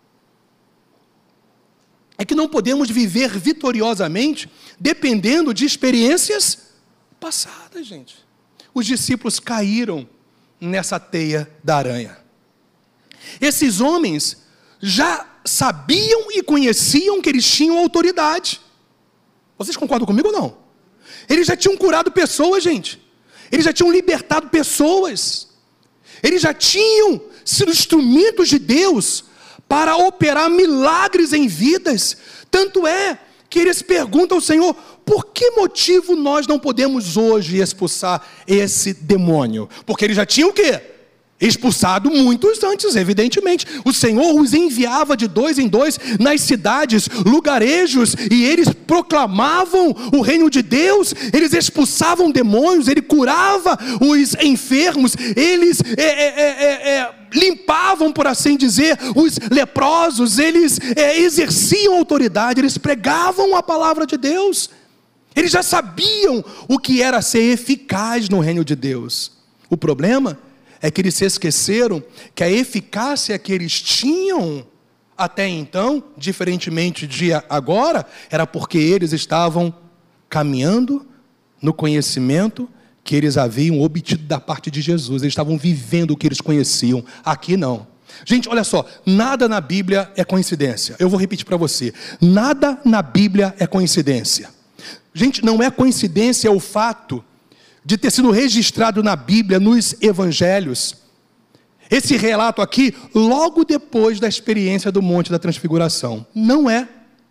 é que não podemos viver vitoriosamente dependendo de experiências passadas, gente. Os discípulos caíram nessa teia da aranha. Esses homens já sabiam e conheciam que eles tinham autoridade. Vocês concordam comigo ou não? Eles já tinham curado pessoas, gente. Eles já tinham libertado pessoas. Eles já tinham sido instrumentos de Deus para operar milagres em vidas. Tanto é que eles perguntam ao Senhor: por que motivo nós não podemos hoje expulsar esse demônio? Porque eles já tinham o quê? Expulsado muitos antes, evidentemente. O Senhor os enviava de 2 em 2 nas cidades, lugarejos, e eles proclamavam o reino de Deus, eles expulsavam demônios, ele curava os enfermos, eles limpavam, por assim dizer, os leprosos, eles exerciam autoridade, eles pregavam a palavra de Deus. Eles já sabiam o que era ser eficaz no reino de Deus. O problema é que eles se esqueceram que a eficácia que eles tinham até então, diferentemente de agora, era porque eles estavam caminhando no conhecimento que eles haviam obtido da parte de Jesus. Eles estavam vivendo o que eles conheciam. Aqui não. Gente, olha só, nada na Bíblia é coincidência. Eu vou repetir para você. Nada na Bíblia é coincidência. Gente, não é coincidência o fato de ter sido registrado na Bíblia, nos evangelhos, esse relato aqui, logo depois da experiência do Monte da Transfiguração. Não é.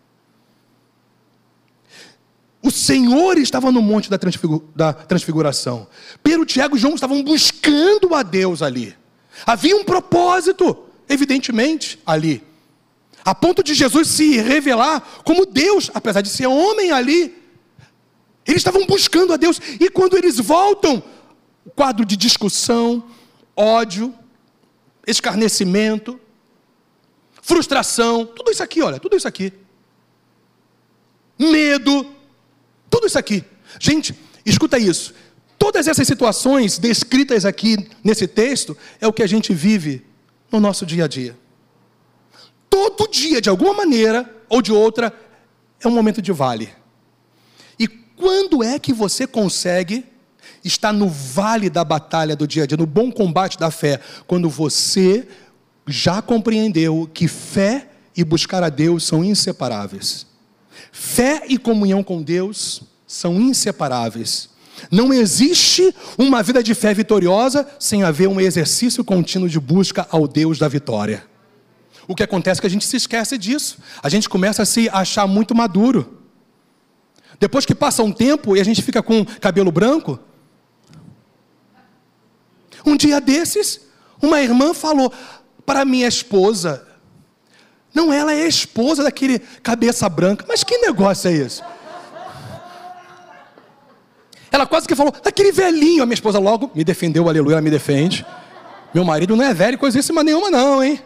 O Senhor estava no Monte da Transfiguração. Pedro, Tiago e João estavam buscando a Deus ali. Havia um propósito, evidentemente, ali. A ponto de Jesus se revelar como Deus, apesar de ser homem ali. Eles estavam buscando a Deus, e quando eles voltam, quadro de discussão, ódio, escarnecimento, frustração, tudo isso aqui, olha, tudo isso aqui. Medo, tudo isso aqui. Gente, escuta isso. Todas essas situações descritas aqui nesse texto, é o que a gente vive no nosso dia a dia. Todo dia, de alguma maneira ou de outra, é um momento de vale. Quando é que você consegue estar no vale da batalha do dia a dia, no bom combate da fé? Quando você já compreendeu que fé e buscar a Deus são inseparáveis. Fé e comunhão com Deus são inseparáveis. Não existe uma vida de fé vitoriosa sem haver um exercício contínuo de busca ao Deus da vitória. O que acontece é que a gente se esquece disso. A gente começa a se achar muito maduro. Depois que passa um tempo e a gente fica com cabelo branco. Um dia desses, uma irmã falou para minha esposa: não, ela é a esposa daquele cabeça branca. Mas que negócio é isso? Ela quase que falou: daquele velhinho. A minha esposa logo me defendeu, aleluia, ela me defende. Meu marido não é velho, coisíssima nenhuma não, hein?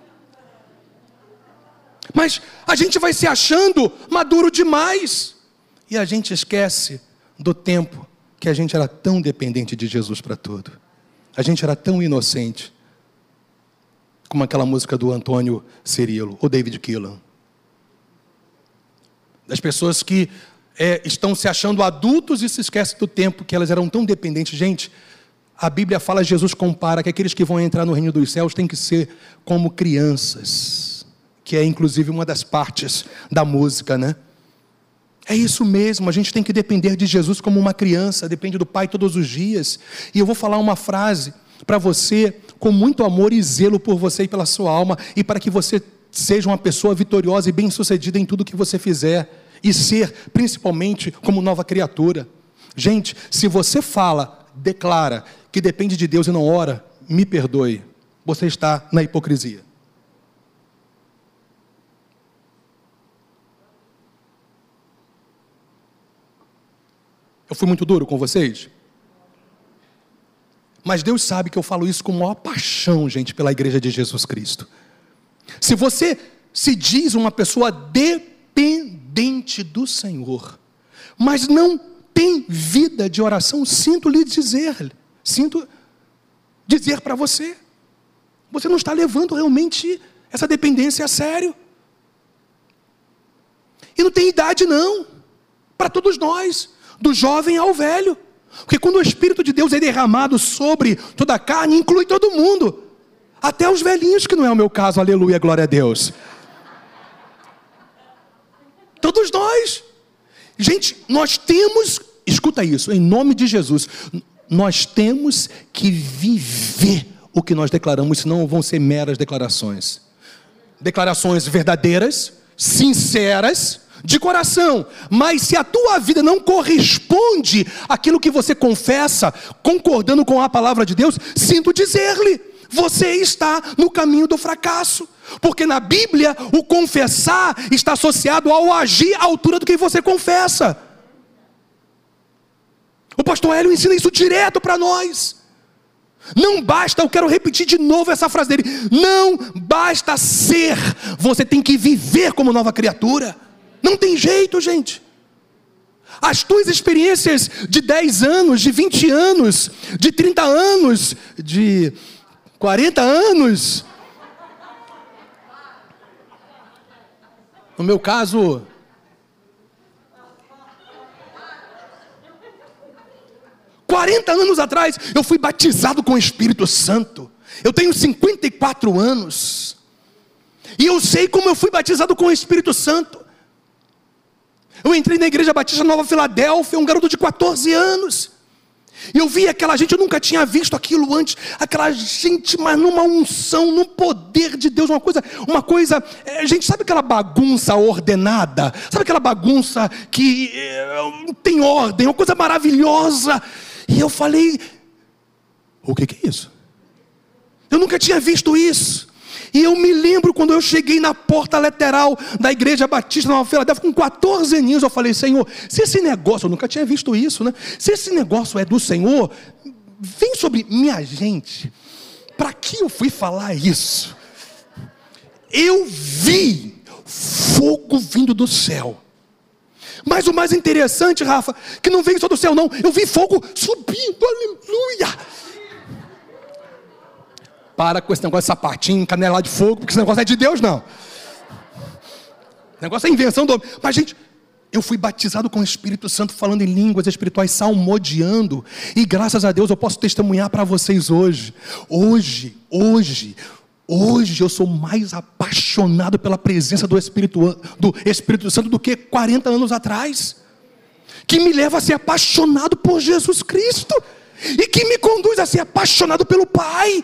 Mas a gente vai se achando maduro demais. E a gente esquece do tempo que a gente era tão dependente de Jesus para tudo. A gente era tão inocente. Como aquela música do Antônio Cirilo, ou David Keelan. Das pessoas que estão se achando adultos e se esquecem do tempo que elas eram tão dependentes. Gente, a Bíblia fala, Jesus compara que aqueles que vão entrar no reino dos céus têm que ser como crianças. Que é inclusive uma das partes da música, né? É isso mesmo, a gente tem que depender de Jesus como uma criança, depende do Pai todos os dias. E eu vou falar uma frase para você, com muito amor e zelo por você e pela sua alma, e para que você seja uma pessoa vitoriosa e bem-sucedida em tudo que você fizer, e ser, principalmente, como nova criatura. Gente, se você declara que depende de Deus e não ora, me perdoe, você está na hipocrisia. Eu fui muito duro com vocês? Mas Deus sabe que eu falo isso com maior paixão, gente, pela igreja de Jesus Cristo. Se você se diz uma pessoa dependente do Senhor, mas não tem vida de oração, sinto dizer para você, você não está levando realmente essa dependência a sério. E não tem idade não, para todos nós, do jovem ao velho. Porque quando o Espírito de Deus é derramado sobre toda a carne, inclui todo mundo. Até os velhinhos, que não é o meu caso, aleluia, glória a Deus. Todos nós. Gente, nós temos, escuta isso, em nome de Jesus, nós temos que viver o que nós declaramos, senão vão ser meras declarações. Declarações verdadeiras, sinceras, de coração, mas se a tua vida não corresponde àquilo que você confessa, concordando com a palavra de Deus, sinto dizer-lhe, você está no caminho do fracasso, porque na Bíblia o confessar está associado ao agir à altura do que você confessa. O pastor Hélio ensina isso direto para nós. Não basta, eu quero repetir de novo essa frase dele, não basta ser, você tem que viver como nova criatura. Não tem jeito, gente. As tuas experiências de 10 anos, de 20 anos, de 30 anos, de 40 anos. No meu caso, há 40 anos atrás, eu fui batizado com o Espírito Santo. Eu tenho 54 anos. E eu sei como eu fui batizado com o Espírito Santo. Eu entrei na Igreja Batista Nova Filadélfia, um garoto de 14 anos. E eu vi aquela gente, eu nunca tinha visto aquilo antes. Aquela gente, mas numa unção, num poder de Deus. Uma coisa, gente, sabe aquela bagunça ordenada? Sabe aquela bagunça que tem ordem, uma coisa maravilhosa. E eu falei, o que é isso? Eu nunca tinha visto isso. E eu me lembro quando eu cheguei na porta lateral da Igreja Batista Nova Filadélfia, com 14 aninhos, eu falei, Senhor, se esse negócio, eu nunca tinha visto isso, né? Se esse negócio é do Senhor, vem sobre minha gente. Para que eu fui falar isso? Eu vi fogo vindo do céu. Mas o mais interessante, Rafa, que não veio só do céu não, eu vi fogo subindo, aleluia. Para com esse negócio de sapatinho, canela de fogo, porque esse negócio é de Deus, não. O negócio é invenção do homem. Mas, gente, eu fui batizado com o Espírito Santo, falando em línguas espirituais, salmodiando. E graças a Deus eu posso testemunhar para vocês hoje. Hoje eu sou mais apaixonado pela presença do Espírito Santo do que 40 anos atrás. Que me leva a ser apaixonado por Jesus Cristo. E que me conduz a ser apaixonado pelo Pai.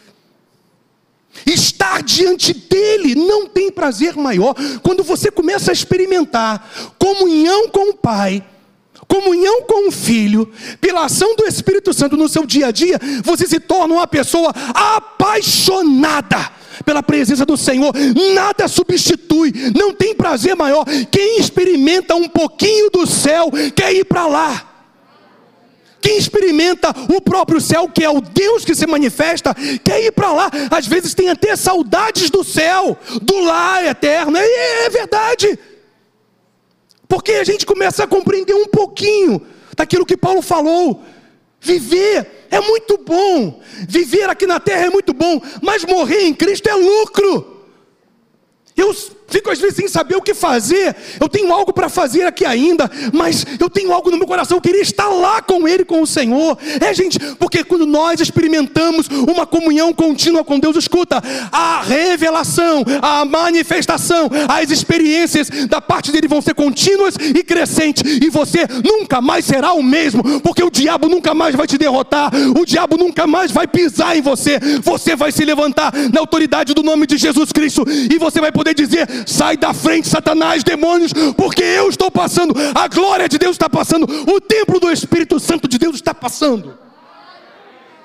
Estar diante dele não tem prazer maior. Quando você começa a experimentar comunhão com o Pai, comunhão com o Filho, pela ação do Espírito Santo no seu dia a dia, você se torna uma pessoa apaixonada pela presença do Senhor. Nada substitui, não tem prazer maior. Quem experimenta um pouquinho do céu quer ir para lá. Quem experimenta o próprio céu, que é o Deus que se manifesta, quer ir para lá. Às vezes tem até saudades do céu, do lar eterno. É verdade. Porque a gente começa a compreender um pouquinho daquilo que Paulo falou. Viver é muito bom. Viver aqui na terra é muito bom. Mas morrer em Cristo é lucro. Eu fico às vezes sem saber o que fazer. Eu tenho algo para fazer aqui ainda, mas eu tenho algo no meu coração. Eu queria estar lá com Ele, com o Senhor. Gente, porque quando nós experimentamos uma comunhão contínua com Deus, escuta, a revelação, a manifestação, as experiências da parte dele vão ser contínuas e crescentes. E você nunca mais será o mesmo, porque o diabo nunca mais vai te derrotar. O diabo nunca mais vai pisar em você. Você vai se levantar na autoridade do nome de Jesus Cristo, e você vai poder dizer, sai da frente, Satanás, demônios, porque eu estou passando, a glória de Deus está passando, o templo do Espírito Santo de Deus está passando.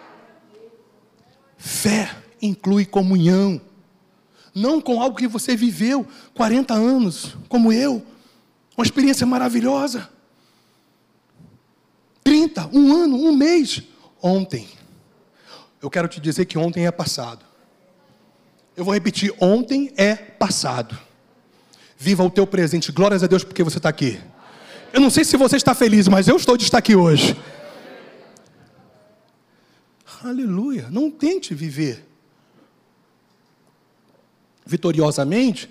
Fé inclui comunhão. Não com algo que você viveu 40 anos, como eu. Uma experiência maravilhosa. 30, um ano, um mês. Ontem. Eu quero te dizer que ontem é passado. Eu vou repetir, ontem é passado. Viva o teu presente. Glórias a Deus porque você está aqui. Eu não sei se você está feliz, mas eu estou de estar aqui hoje. Aleluia. Não tente viver vitoriosamente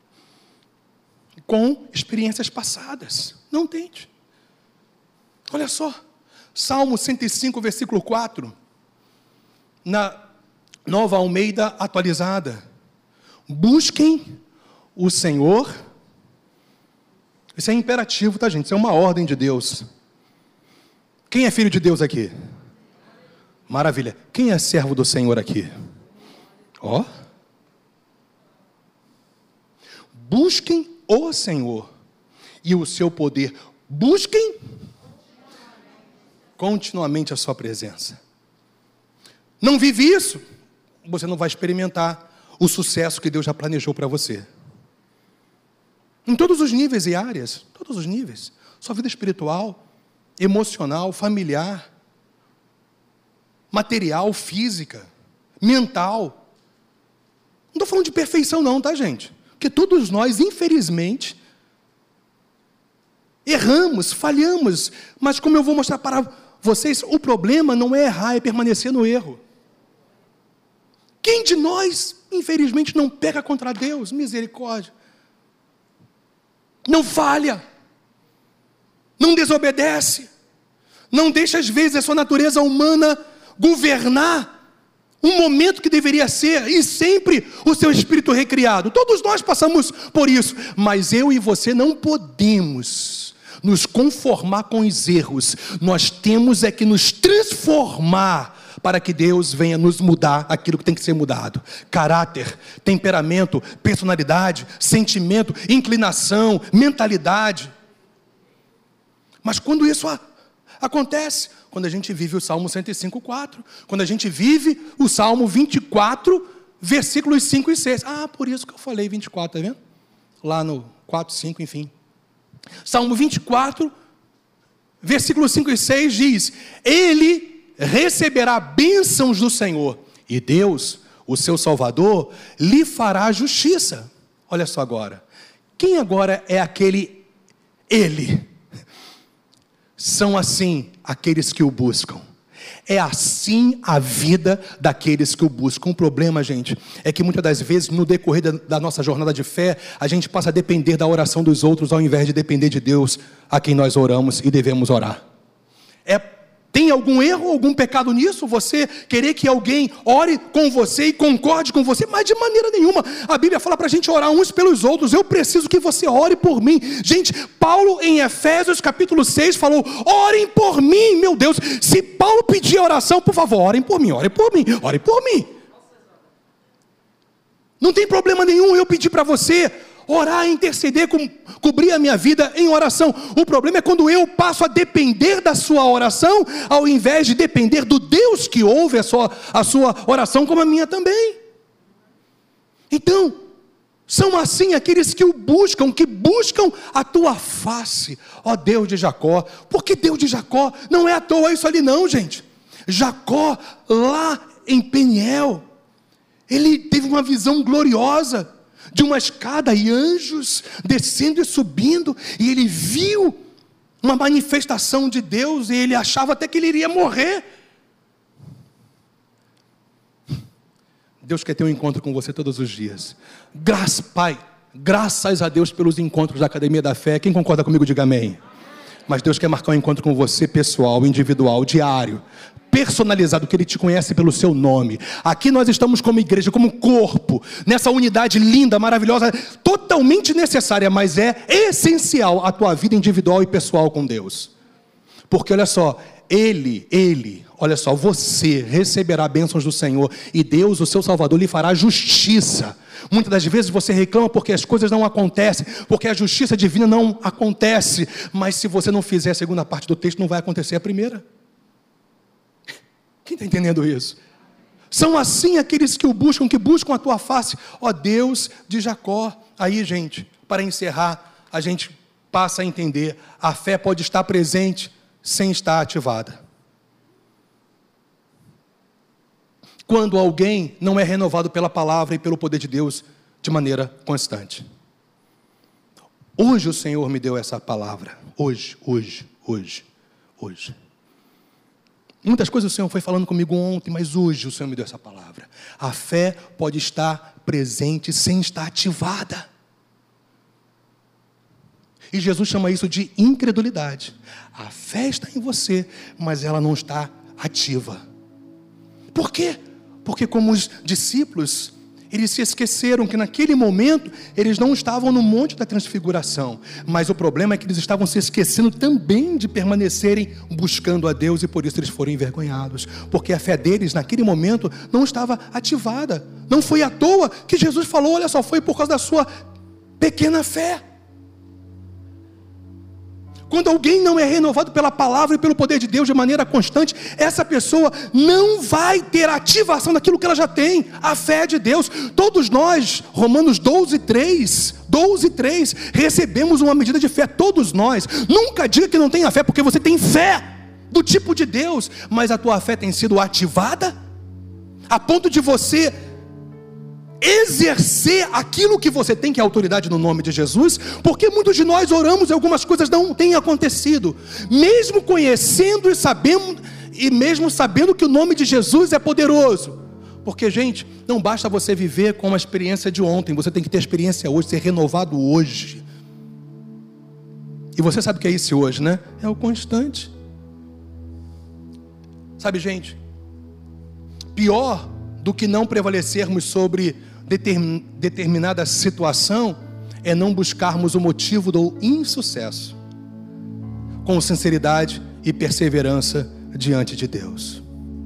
com experiências passadas. Não tente. Olha só. Salmo 105, versículo 4. Na Nova Almeida atualizada. Busquem o Senhor. Isso é imperativo, tá, gente? Isso é uma ordem de Deus. Quem é filho de Deus aqui? Maravilha. Quem é servo do Senhor aqui? Ó. Busquem o Senhor e o seu poder. Busquem continuamente a sua presença. Não vive isso, você não vai experimentar o sucesso que Deus já planejou para você. Em todos os níveis e áreas, todos os níveis. Sua vida espiritual, emocional, familiar, material, física, mental. Não estou falando de perfeição não, tá, gente? Porque todos nós, infelizmente, erramos, falhamos. Mas como eu vou mostrar para vocês, o problema não é errar, é permanecer no erro. Quem de nós, infelizmente, não peca contra Deus? Misericórdia. Não falha. Não desobedece. Não deixa, às vezes, a sua natureza humana governar um momento que deveria ser, e sempre o seu espírito recriado. Todos nós passamos por isso. Mas eu e você não podemos nos conformar com os erros. Nós temos é que nos transformar para que Deus venha nos mudar aquilo que tem que ser mudado. Caráter, temperamento, personalidade, sentimento, inclinação, mentalidade. Mas quando isso acontece? Quando a gente vive o Salmo 105:4. Quando a gente vive o Salmo 24, versículos 5 e 6. Ah, por isso que eu falei 24, tá vendo? Lá no 4, 5, enfim. Salmo 24, versículos 5 e 6 diz: Ele receberá bênçãos do Senhor, e Deus, o seu Salvador, lhe fará justiça. Olha só agora. Quem agora é aquele Ele? São assim aqueles que o buscam. É assim a vida daqueles que o buscam. O problema, gente, é que muitas das vezes, no decorrer da nossa jornada de fé, a gente passa a depender da oração dos outros, ao invés de depender de Deus, a quem nós oramos e devemos orar. Tem algum erro, algum pecado nisso? Você querer que alguém ore com você e concorde com você? Mas de maneira nenhuma. A Bíblia fala para a gente orar uns pelos outros. Eu preciso que você ore por mim. Gente, Paulo em Efésios capítulo 6 falou: orem por mim, meu Deus. Se Paulo pedir oração, por favor, orem por mim, orem por mim, orem por mim. Não tem problema nenhum eu pedir para você orar, interceder, cobrir a minha vida em oração. O problema é quando eu passo a depender da sua oração, ao invés de depender do Deus que ouve a sua oração, como a minha também. Então, são assim aqueles que o buscam, que buscam a tua face, ó Deus de Jacó. Porque Deus de Jacó não é à toa isso ali não, gente. Jacó, lá em Peniel, ele teve uma visão gloriosa de uma escada e anjos descendo e subindo, e ele viu uma manifestação de Deus, e ele achava até que ele iria morrer. Deus quer ter um encontro com você todos os dias. Pai, graças a Deus pelos encontros da Academia da Fé. Quem concorda comigo, diga amém. Mas Deus quer marcar um encontro com você pessoal, individual, diário, personalizado, que Ele te conhece pelo seu nome. Aqui nós estamos como igreja, como corpo, nessa unidade linda, maravilhosa, totalmente necessária, mas é essencial a tua vida individual e pessoal com Deus. Porque olha só, olha só, você receberá bênçãos do Senhor, e Deus, o seu Salvador, lhe fará justiça. Muitas das vezes você reclama porque as coisas não acontecem, porque a justiça divina não acontece, mas se você não fizer a segunda parte do texto, não vai acontecer a primeira. Quem está entendendo isso? São assim aqueles que buscam a tua face, ó Deus de Jacó. Aí, gente, para encerrar, a gente passa a entender, a fé pode estar presente sem estar ativada. Quando alguém não é renovado pela palavra e pelo poder de Deus de maneira constante. Hoje o Senhor me deu essa palavra. Hoje. Muitas coisas o Senhor foi falando comigo ontem, mas hoje o Senhor me deu essa palavra. A fé pode estar presente sem estar ativada. E Jesus chama isso de incredulidade. A fé está em você, mas ela não está ativa. Por quê? Porque como os discípulos, eles se esqueceram que naquele momento, eles não estavam no Monte da Transfiguração. Mas o problema é que eles estavam se esquecendo também de permanecerem buscando a Deus, e por isso eles foram envergonhados. Porque a fé deles, naquele momento, não estava ativada. Não foi à toa que Jesus falou, olha só, foi por causa da sua pequena fé. Quando alguém não é renovado pela palavra e pelo poder de Deus de maneira constante, essa pessoa não vai ter ativação daquilo que ela já tem, a fé de Deus. Todos nós, Romanos 12:3, recebemos uma medida de fé, todos nós. Nunca diga que não tenha fé, porque você tem fé do tipo de Deus, mas a tua fé tem sido ativada, a ponto de você exercer aquilo que você tem, que é a autoridade no nome de Jesus. Porque muitos de nós oramos e algumas coisas não têm acontecido, mesmo conhecendo e mesmo sabendo que o nome de Jesus é poderoso. Porque, gente, não basta você viver com a experiência de ontem, você tem que ter a experiência hoje, ser renovado hoje. E você sabe o que é isso hoje, né? É o constante. Sabe, gente, pior do que não prevalecermos sobre determinada situação é não buscarmos o motivo do insucesso com sinceridade e perseverança diante de Deus.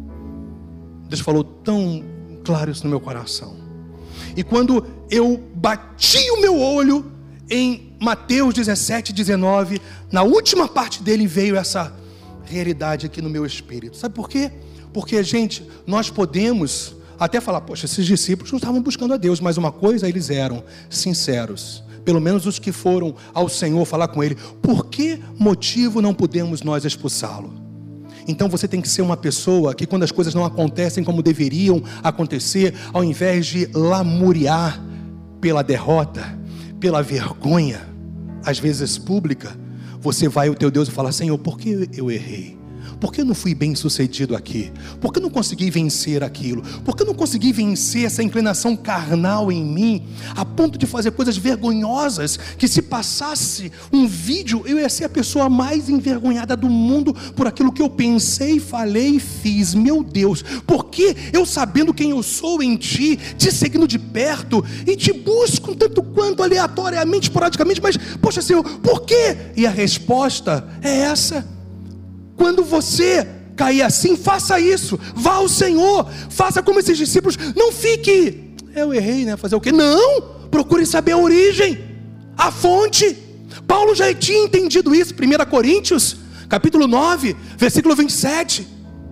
Deus falou tão claro isso no meu coração. E quando eu bati o meu olho em Mateus 17:19, na última parte dele veio essa realidade aqui no meu espírito. Sabe por quê? Porque, gente, nós podemos até falar, poxa, esses discípulos não estavam buscando a Deus, mas uma coisa, eles eram sinceros, pelo menos os que foram ao Senhor falar com Ele. Por que motivo não podemos nós expulsá-lo? Então você tem que ser uma pessoa que, quando as coisas não acontecem como deveriam acontecer, ao invés de lamuriar pela derrota, pela vergonha, às vezes pública, você vai ao teu Deus e fala, Senhor, por que eu errei? Por que eu não fui bem sucedido aqui? Por que eu não consegui vencer aquilo? Por que eu não consegui vencer essa inclinação carnal em mim, a ponto de fazer coisas vergonhosas, que se passasse um vídeo, eu ia ser a pessoa mais envergonhada do mundo por aquilo que eu pensei, falei e fiz. Meu Deus, por que eu, sabendo quem eu sou em Ti, te seguindo de perto e te busco tanto quanto aleatoriamente, esporadicamente, mas, poxa Senhor, por quê? E a resposta é essa. Quando você cair assim, faça isso, vá ao Senhor, faça como esses discípulos, não fique, eu errei, né? Fazer o quê? Não, procure saber a origem, a fonte. Paulo já tinha entendido isso, 1 Coríntios, capítulo 9, versículo 27.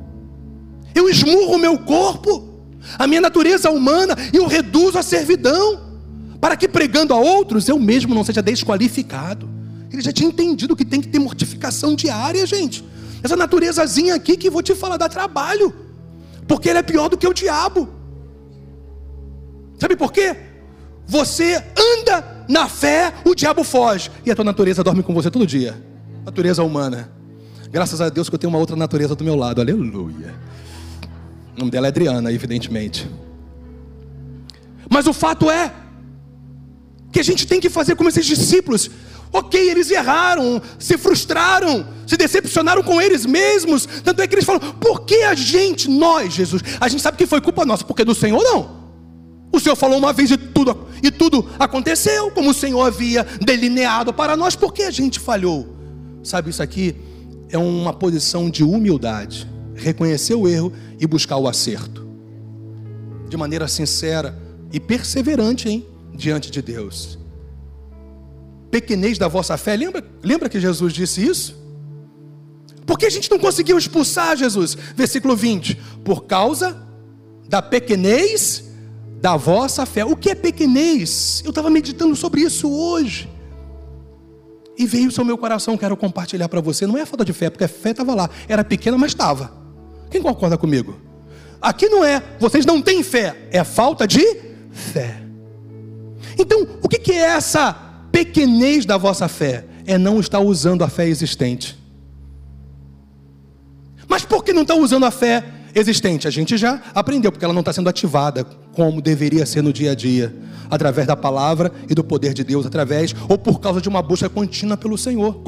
Eu esmurro o meu corpo, a minha natureza humana, e eu reduzo à servidão, para que pregando a outros, eu mesmo não seja desqualificado. Ele já tinha entendido que tem que ter mortificação diária, gente. Essa naturezazinha aqui que vou te falar dá trabalho, porque ele é pior do que o diabo. Sabe por quê? Você anda na fé, o diabo foge, e a tua natureza dorme com você todo dia. Natureza humana. Graças a Deus que eu tenho uma outra natureza do meu lado, aleluia. O nome dela é Adriana, evidentemente. Mas o fato é que a gente tem que fazer como esses discípulos. Ok, eles erraram, se frustraram, se decepcionaram com eles mesmos. Tanto é que eles falam, por que nós, Jesus, a gente sabe que foi culpa nossa, porque do Senhor não. O Senhor falou uma vez e tudo aconteceu, como o Senhor havia delineado para nós. Por que a gente falhou? Sabe, isso aqui é uma posição de humildade, reconhecer o erro e buscar o acerto, de maneira sincera e perseverante, diante de Deus. Pequenez da vossa fé, lembra que Jesus disse isso? Por que a gente não conseguiu expulsar Jesus? Versículo 20, por causa da pequenez da vossa fé. O que é pequenez? Eu estava meditando sobre isso hoje. E veio isso ao meu coração, quero compartilhar para você. Não é falta de fé, porque a fé estava lá. Era pequena, mas estava. Quem concorda comigo? Aqui não é, vocês não têm fé. É falta de fé. Então, o que é essa pequenez da vossa fé? É não estar usando a fé existente. Mas por que não está usando a fé existente? A gente já aprendeu, porque ela não está sendo ativada como deveria ser no dia a dia, através da palavra e do poder de Deus, através ou por causa de uma busca contínua pelo Senhor,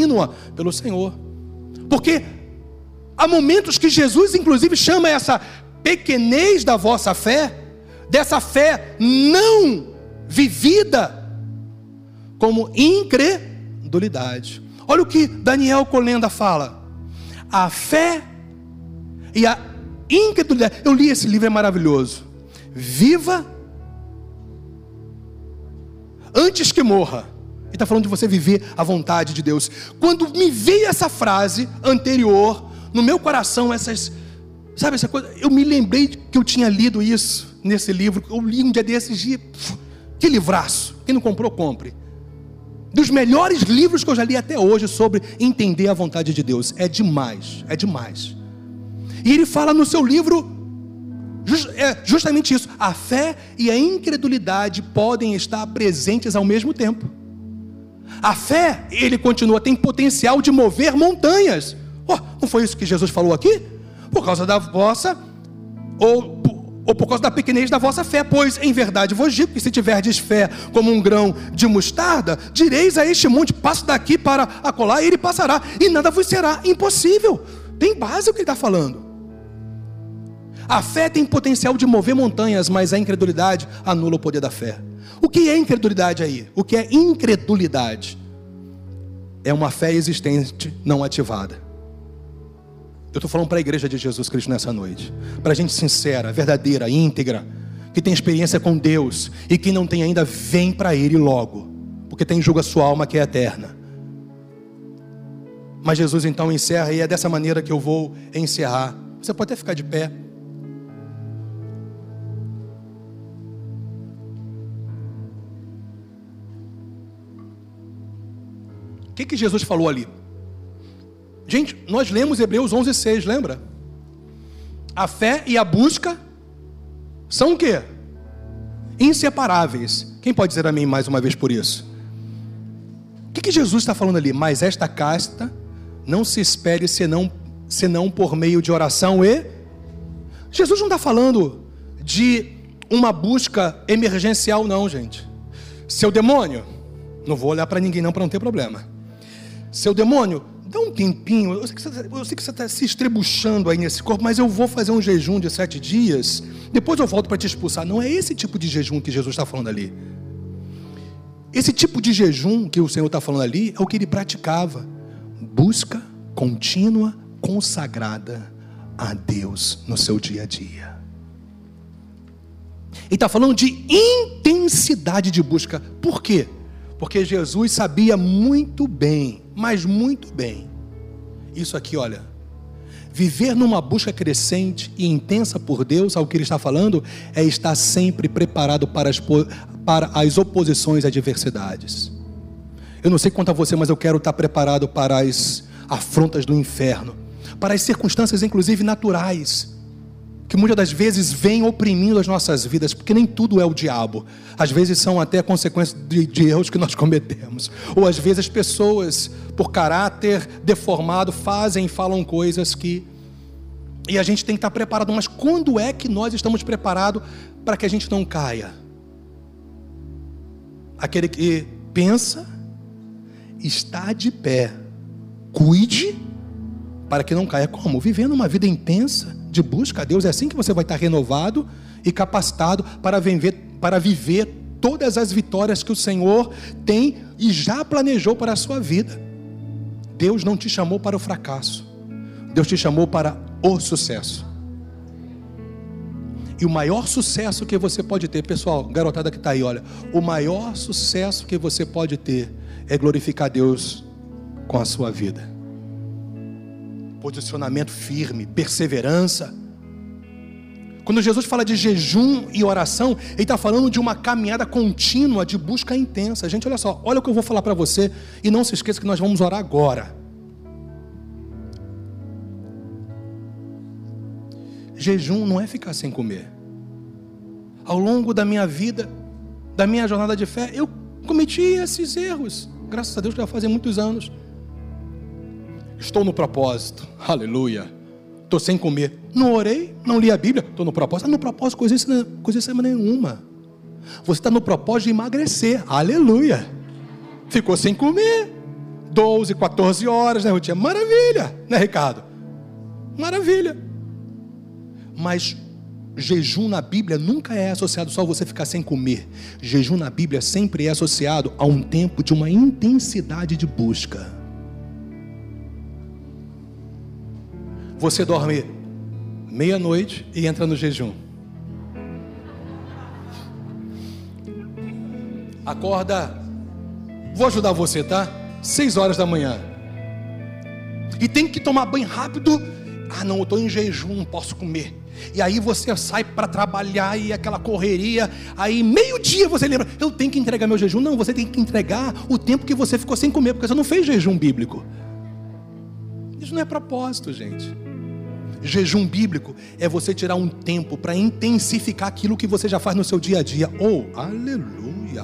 porque há momentos que Jesus inclusive chama essa pequenez da vossa fé, dessa fé não vivida, como incredulidade. Olha o que Daniel Colenda fala: a fé e a incredulidade. Eu li esse livro, é maravilhoso. Viva antes que morra. Ele está falando de você viver a vontade de Deus. Quando me veio essa frase anterior no meu coração, essa coisa, eu me lembrei que eu tinha lido isso nesse livro. Eu li um dia desses, que livraço. Quem não comprou, compre. Dos melhores livros que eu já li até hoje sobre entender a vontade de Deus. É demais, é demais. E ele fala no seu livro justamente isso: a fé e a incredulidade podem estar presentes ao mesmo tempo. A fé, ele continua, tem potencial de mover montanhas. Não foi isso que Jesus falou aqui? Por causa da vossa, ou por causa da pequenez da vossa fé. Pois em verdade vos digo que se tiverdes fé como um grão de mostarda, direis a este monte: passa daqui para acolá, e ele passará, e nada vos será impossível. Tem base o que ele está falando. A fé tem potencial de mover montanhas, mas a incredulidade anula o poder da fé. O que é incredulidade aí? O que é incredulidade? É uma fé existente não ativada. Eu estou falando para a igreja de Jesus Cristo nessa noite, para a gente sincera, verdadeira, íntegra, que tem experiência com Deus e que não tem ainda, vem para Ele logo, porque tem julga a sua alma que é eterna. Mas Jesus então encerra, e é dessa maneira que eu vou encerrar. Você pode até ficar de pé. O que Jesus falou ali? Gente, nós lemos Hebreus 11:6, lembra? A fé e a busca são o quê? Inseparáveis. Quem pode dizer amém mais uma vez por isso? O que Jesus está falando ali? Mas esta casta não se espere senão por meio de oração e... Jesus não está falando de uma busca emergencial não, gente. Seu demônio, não vou olhar para ninguém não, para não ter problema. Seu demônio, dá um tempinho. Eu sei que você está se estrebuchando aí nesse corpo, mas eu vou fazer um jejum de 7 dias, depois eu volto para te expulsar. Não é esse tipo de jejum que Jesus está falando ali. Esse tipo de jejum que o Senhor está falando ali é o que ele praticava: busca contínua, consagrada a Deus no seu dia a dia. Ele está falando de intensidade de busca. Por quê? Porque Jesus sabia muito bem, mas muito bem, isso aqui, olha, viver numa busca crescente e intensa por Deus, ao que ele está falando, é estar sempre preparado para as oposições e adversidades. Eu não sei quanto a você, mas eu quero estar preparado para as afrontas do inferno, para as circunstâncias inclusive naturais, que muitas das vezes vêm oprimindo as nossas vidas, porque nem tudo é o diabo. Às vezes são até consequências de erros que nós cometemos, ou às vezes as pessoas, por caráter deformado, fazem e falam coisas que... E a gente tem que estar preparado. Mas quando é que nós estamos preparados para que a gente não caia? Aquele que pensa, está de pé, cuide para que não caia. Como? Vivendo uma vida intensa de busca a Deus. É assim que você vai estar renovado e capacitado para viver todas as vitórias que o Senhor tem e já planejou para a sua vida. Deus não te chamou para o fracasso, Deus te chamou para o sucesso. E o maior sucesso que você pode ter, pessoal, garotada que está aí, olha, o maior sucesso que você pode ter é glorificar Deus com a sua vida. Posicionamento firme, perseverança. Quando Jesus fala de jejum e oração, Ele está falando de uma caminhada contínua, de busca intensa. Gente, olha só, olha o que eu vou falar para você, e não se esqueça que nós vamos orar agora. Jejum não é ficar sem comer. Ao longo da minha vida, da minha jornada de fé, eu cometi esses erros. Graças a Deus que já fazem muitos anos. Estou no propósito, aleluia. Estou sem comer. Não orei, não li a Bíblia, estou no propósito. No propósito, coisa nenhuma. Você está no propósito de emagrecer, aleluia. Ficou sem comer 12, 14 horas, né, Rutinha? Maravilha, né, Ricardo? Maravilha. Mas jejum na Bíblia nunca é associado só a você ficar sem comer. Jejum na Bíblia sempre é associado a um tempo de uma intensidade de busca. Você dorme meia-noite e entra no jejum. Acorda, vou ajudar você, tá? 6 horas da manhã. E tem que tomar banho rápido. Ah, não, eu estou em jejum, não posso comer. E aí você sai para trabalhar e aquela correria. Aí meio-dia você lembra, eu tenho que entregar meu jejum. Não, você tem que entregar o tempo que você ficou sem comer, porque você não fez jejum bíblico. Isso não é propósito, gente. Jejum bíblico é você tirar um tempo para intensificar aquilo que você já faz no seu dia a dia. Aleluia.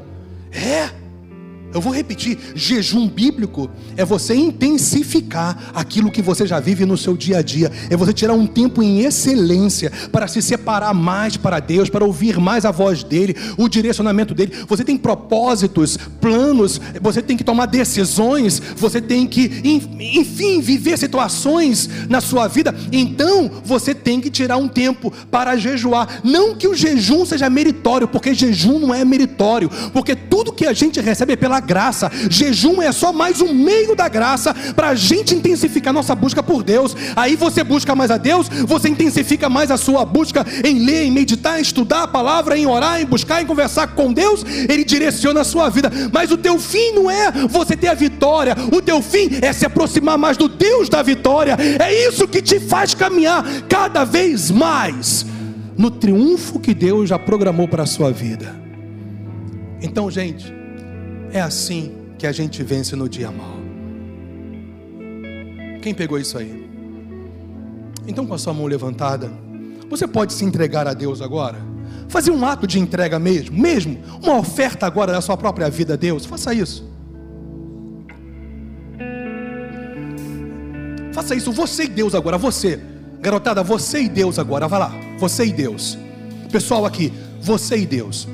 Eu vou repetir, jejum bíblico é você intensificar aquilo que você já vive no seu dia a dia. É você tirar um tempo em excelência para se separar mais para Deus, para ouvir mais a voz dEle, o direcionamento dEle. Você tem propósitos, planos, você tem que tomar decisões, você tem que, enfim, viver situações na sua vida. Então, você tem que tirar um tempo para jejuar. Não que o jejum seja meritório, porque jejum não é meritório, porque tudo que a gente recebe é pela graça. Jejum é só mais um meio da graça para a gente intensificar nossa busca por Deus. Aí você busca mais a Deus, você intensifica mais a sua busca em ler, em meditar, em estudar a palavra, em orar, em buscar, em conversar com Deus. Ele direciona a sua vida, mas o teu fim não é você ter a vitória, o teu fim é se aproximar mais do Deus da vitória. É isso que te faz caminhar cada vez mais no triunfo que Deus já programou para a sua vida. Então, gente, é assim que a gente vence no dia mau. Quem pegou isso aí? Então, com a sua mão levantada, você pode se entregar a Deus agora? Fazer um ato de entrega mesmo, uma oferta agora da sua própria vida a Deus. Faça isso. Faça isso, você e Deus agora, você. Garotada, você e Deus agora, vai lá. Você e Deus. Pessoal aqui, você e Deus.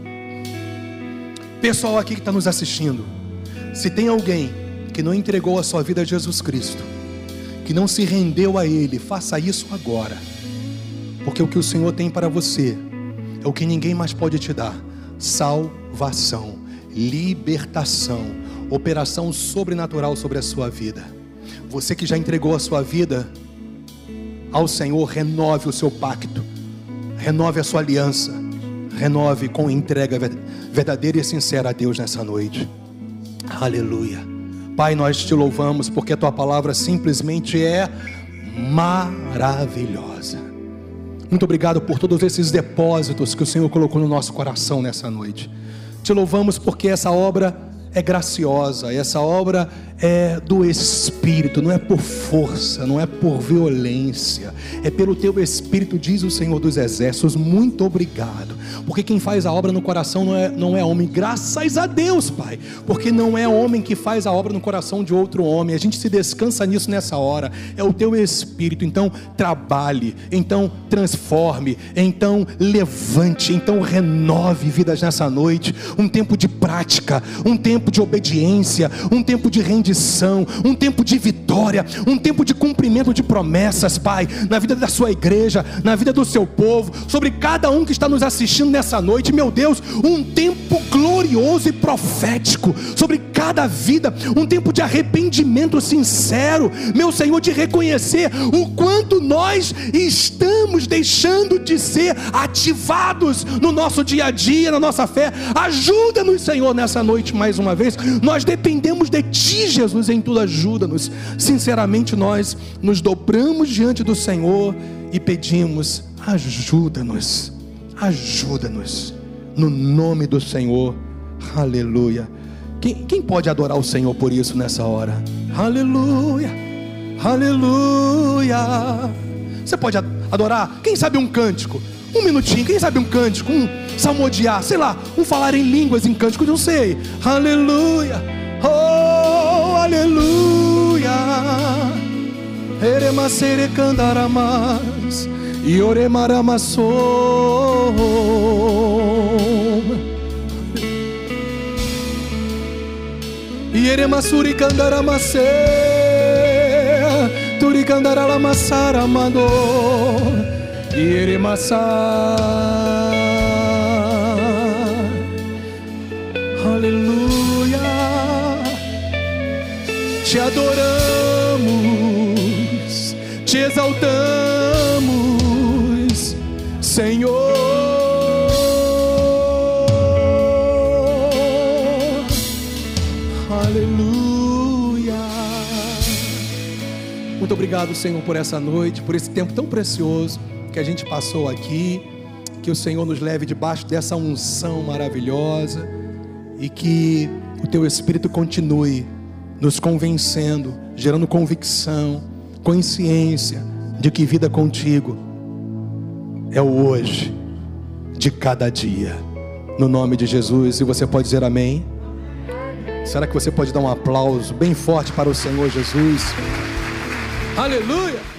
Pessoal aqui que está nos assistindo, se tem alguém que não entregou a sua vida a Jesus Cristo, que não se rendeu a Ele, faça isso agora, porque o que o Senhor tem para você é o que ninguém mais pode te dar: salvação, libertação, operação sobrenatural sobre a sua vida. Você que já entregou a sua vida ao Senhor, renove o seu pacto, renove a sua aliança, renove com entrega verdadeira e sincera a Deus nessa noite. Aleluia. Pai, nós te louvamos porque a tua palavra simplesmente é maravilhosa. Muito obrigado por todos esses depósitos que o Senhor colocou no nosso coração nessa noite. Te louvamos porque essa obra é graciosa, essa obra é do Espírito, não é por força, não é por violência, é pelo teu Espírito, diz o Senhor dos Exércitos. Muito obrigado, porque quem faz a obra no coração não é homem. Graças a Deus, Pai, porque não é homem que faz a obra no coração de outro homem. A gente se descansa nisso nessa hora, é o teu Espírito. Então trabalhe, então transforme, então levante, então renove vidas nessa noite. Um tempo de prática, um tempo de obediência, um tempo de rendição, um tempo de vitória, um tempo de cumprimento de promessas, Pai, na vida da sua igreja, na vida do seu povo, sobre cada um que está nos assistindo nessa noite. Meu Deus, um tempo glorioso e profético sobre cada vida, um tempo de arrependimento sincero, meu Senhor, de reconhecer o quanto nós estamos deixando de ser ativados no nosso dia a dia, na nossa fé. Ajuda-nos, Senhor, nessa noite mais uma vez. Nós dependemos de Ti, Jesus, em tudo. Ajuda-nos. Sinceramente, nós nos dobramos diante do Senhor e pedimos: Ajuda-nos, ajuda-nos, no nome do Senhor. Aleluia. Quem pode adorar o Senhor por isso nessa hora? Aleluia, aleluia. Você pode adorar, quem sabe um cântico, um minutinho, quem sabe um cântico, um salmodiar, sei lá, um falar em línguas em cântico, não sei. Aleluia, oh, aleluia. Eremasere candaramas e oremaramassou. E eremassuri candaramase, turi candaralamassaramador, e eremassar. Aleluia. Te adoramos, te exaltamos, Senhor. Aleluia. Muito obrigado, Senhor, por essa noite, por esse tempo tão precioso que a gente passou aqui. Que o Senhor nos leve debaixo dessa unção maravilhosa e que o Teu Espírito continue nos convencendo, gerando convicção, consciência de que vida contigo é o hoje de cada dia, no nome de Jesus. E você pode dizer amém? Será que você pode dar um aplauso bem forte para o Senhor Jesus? Aleluia!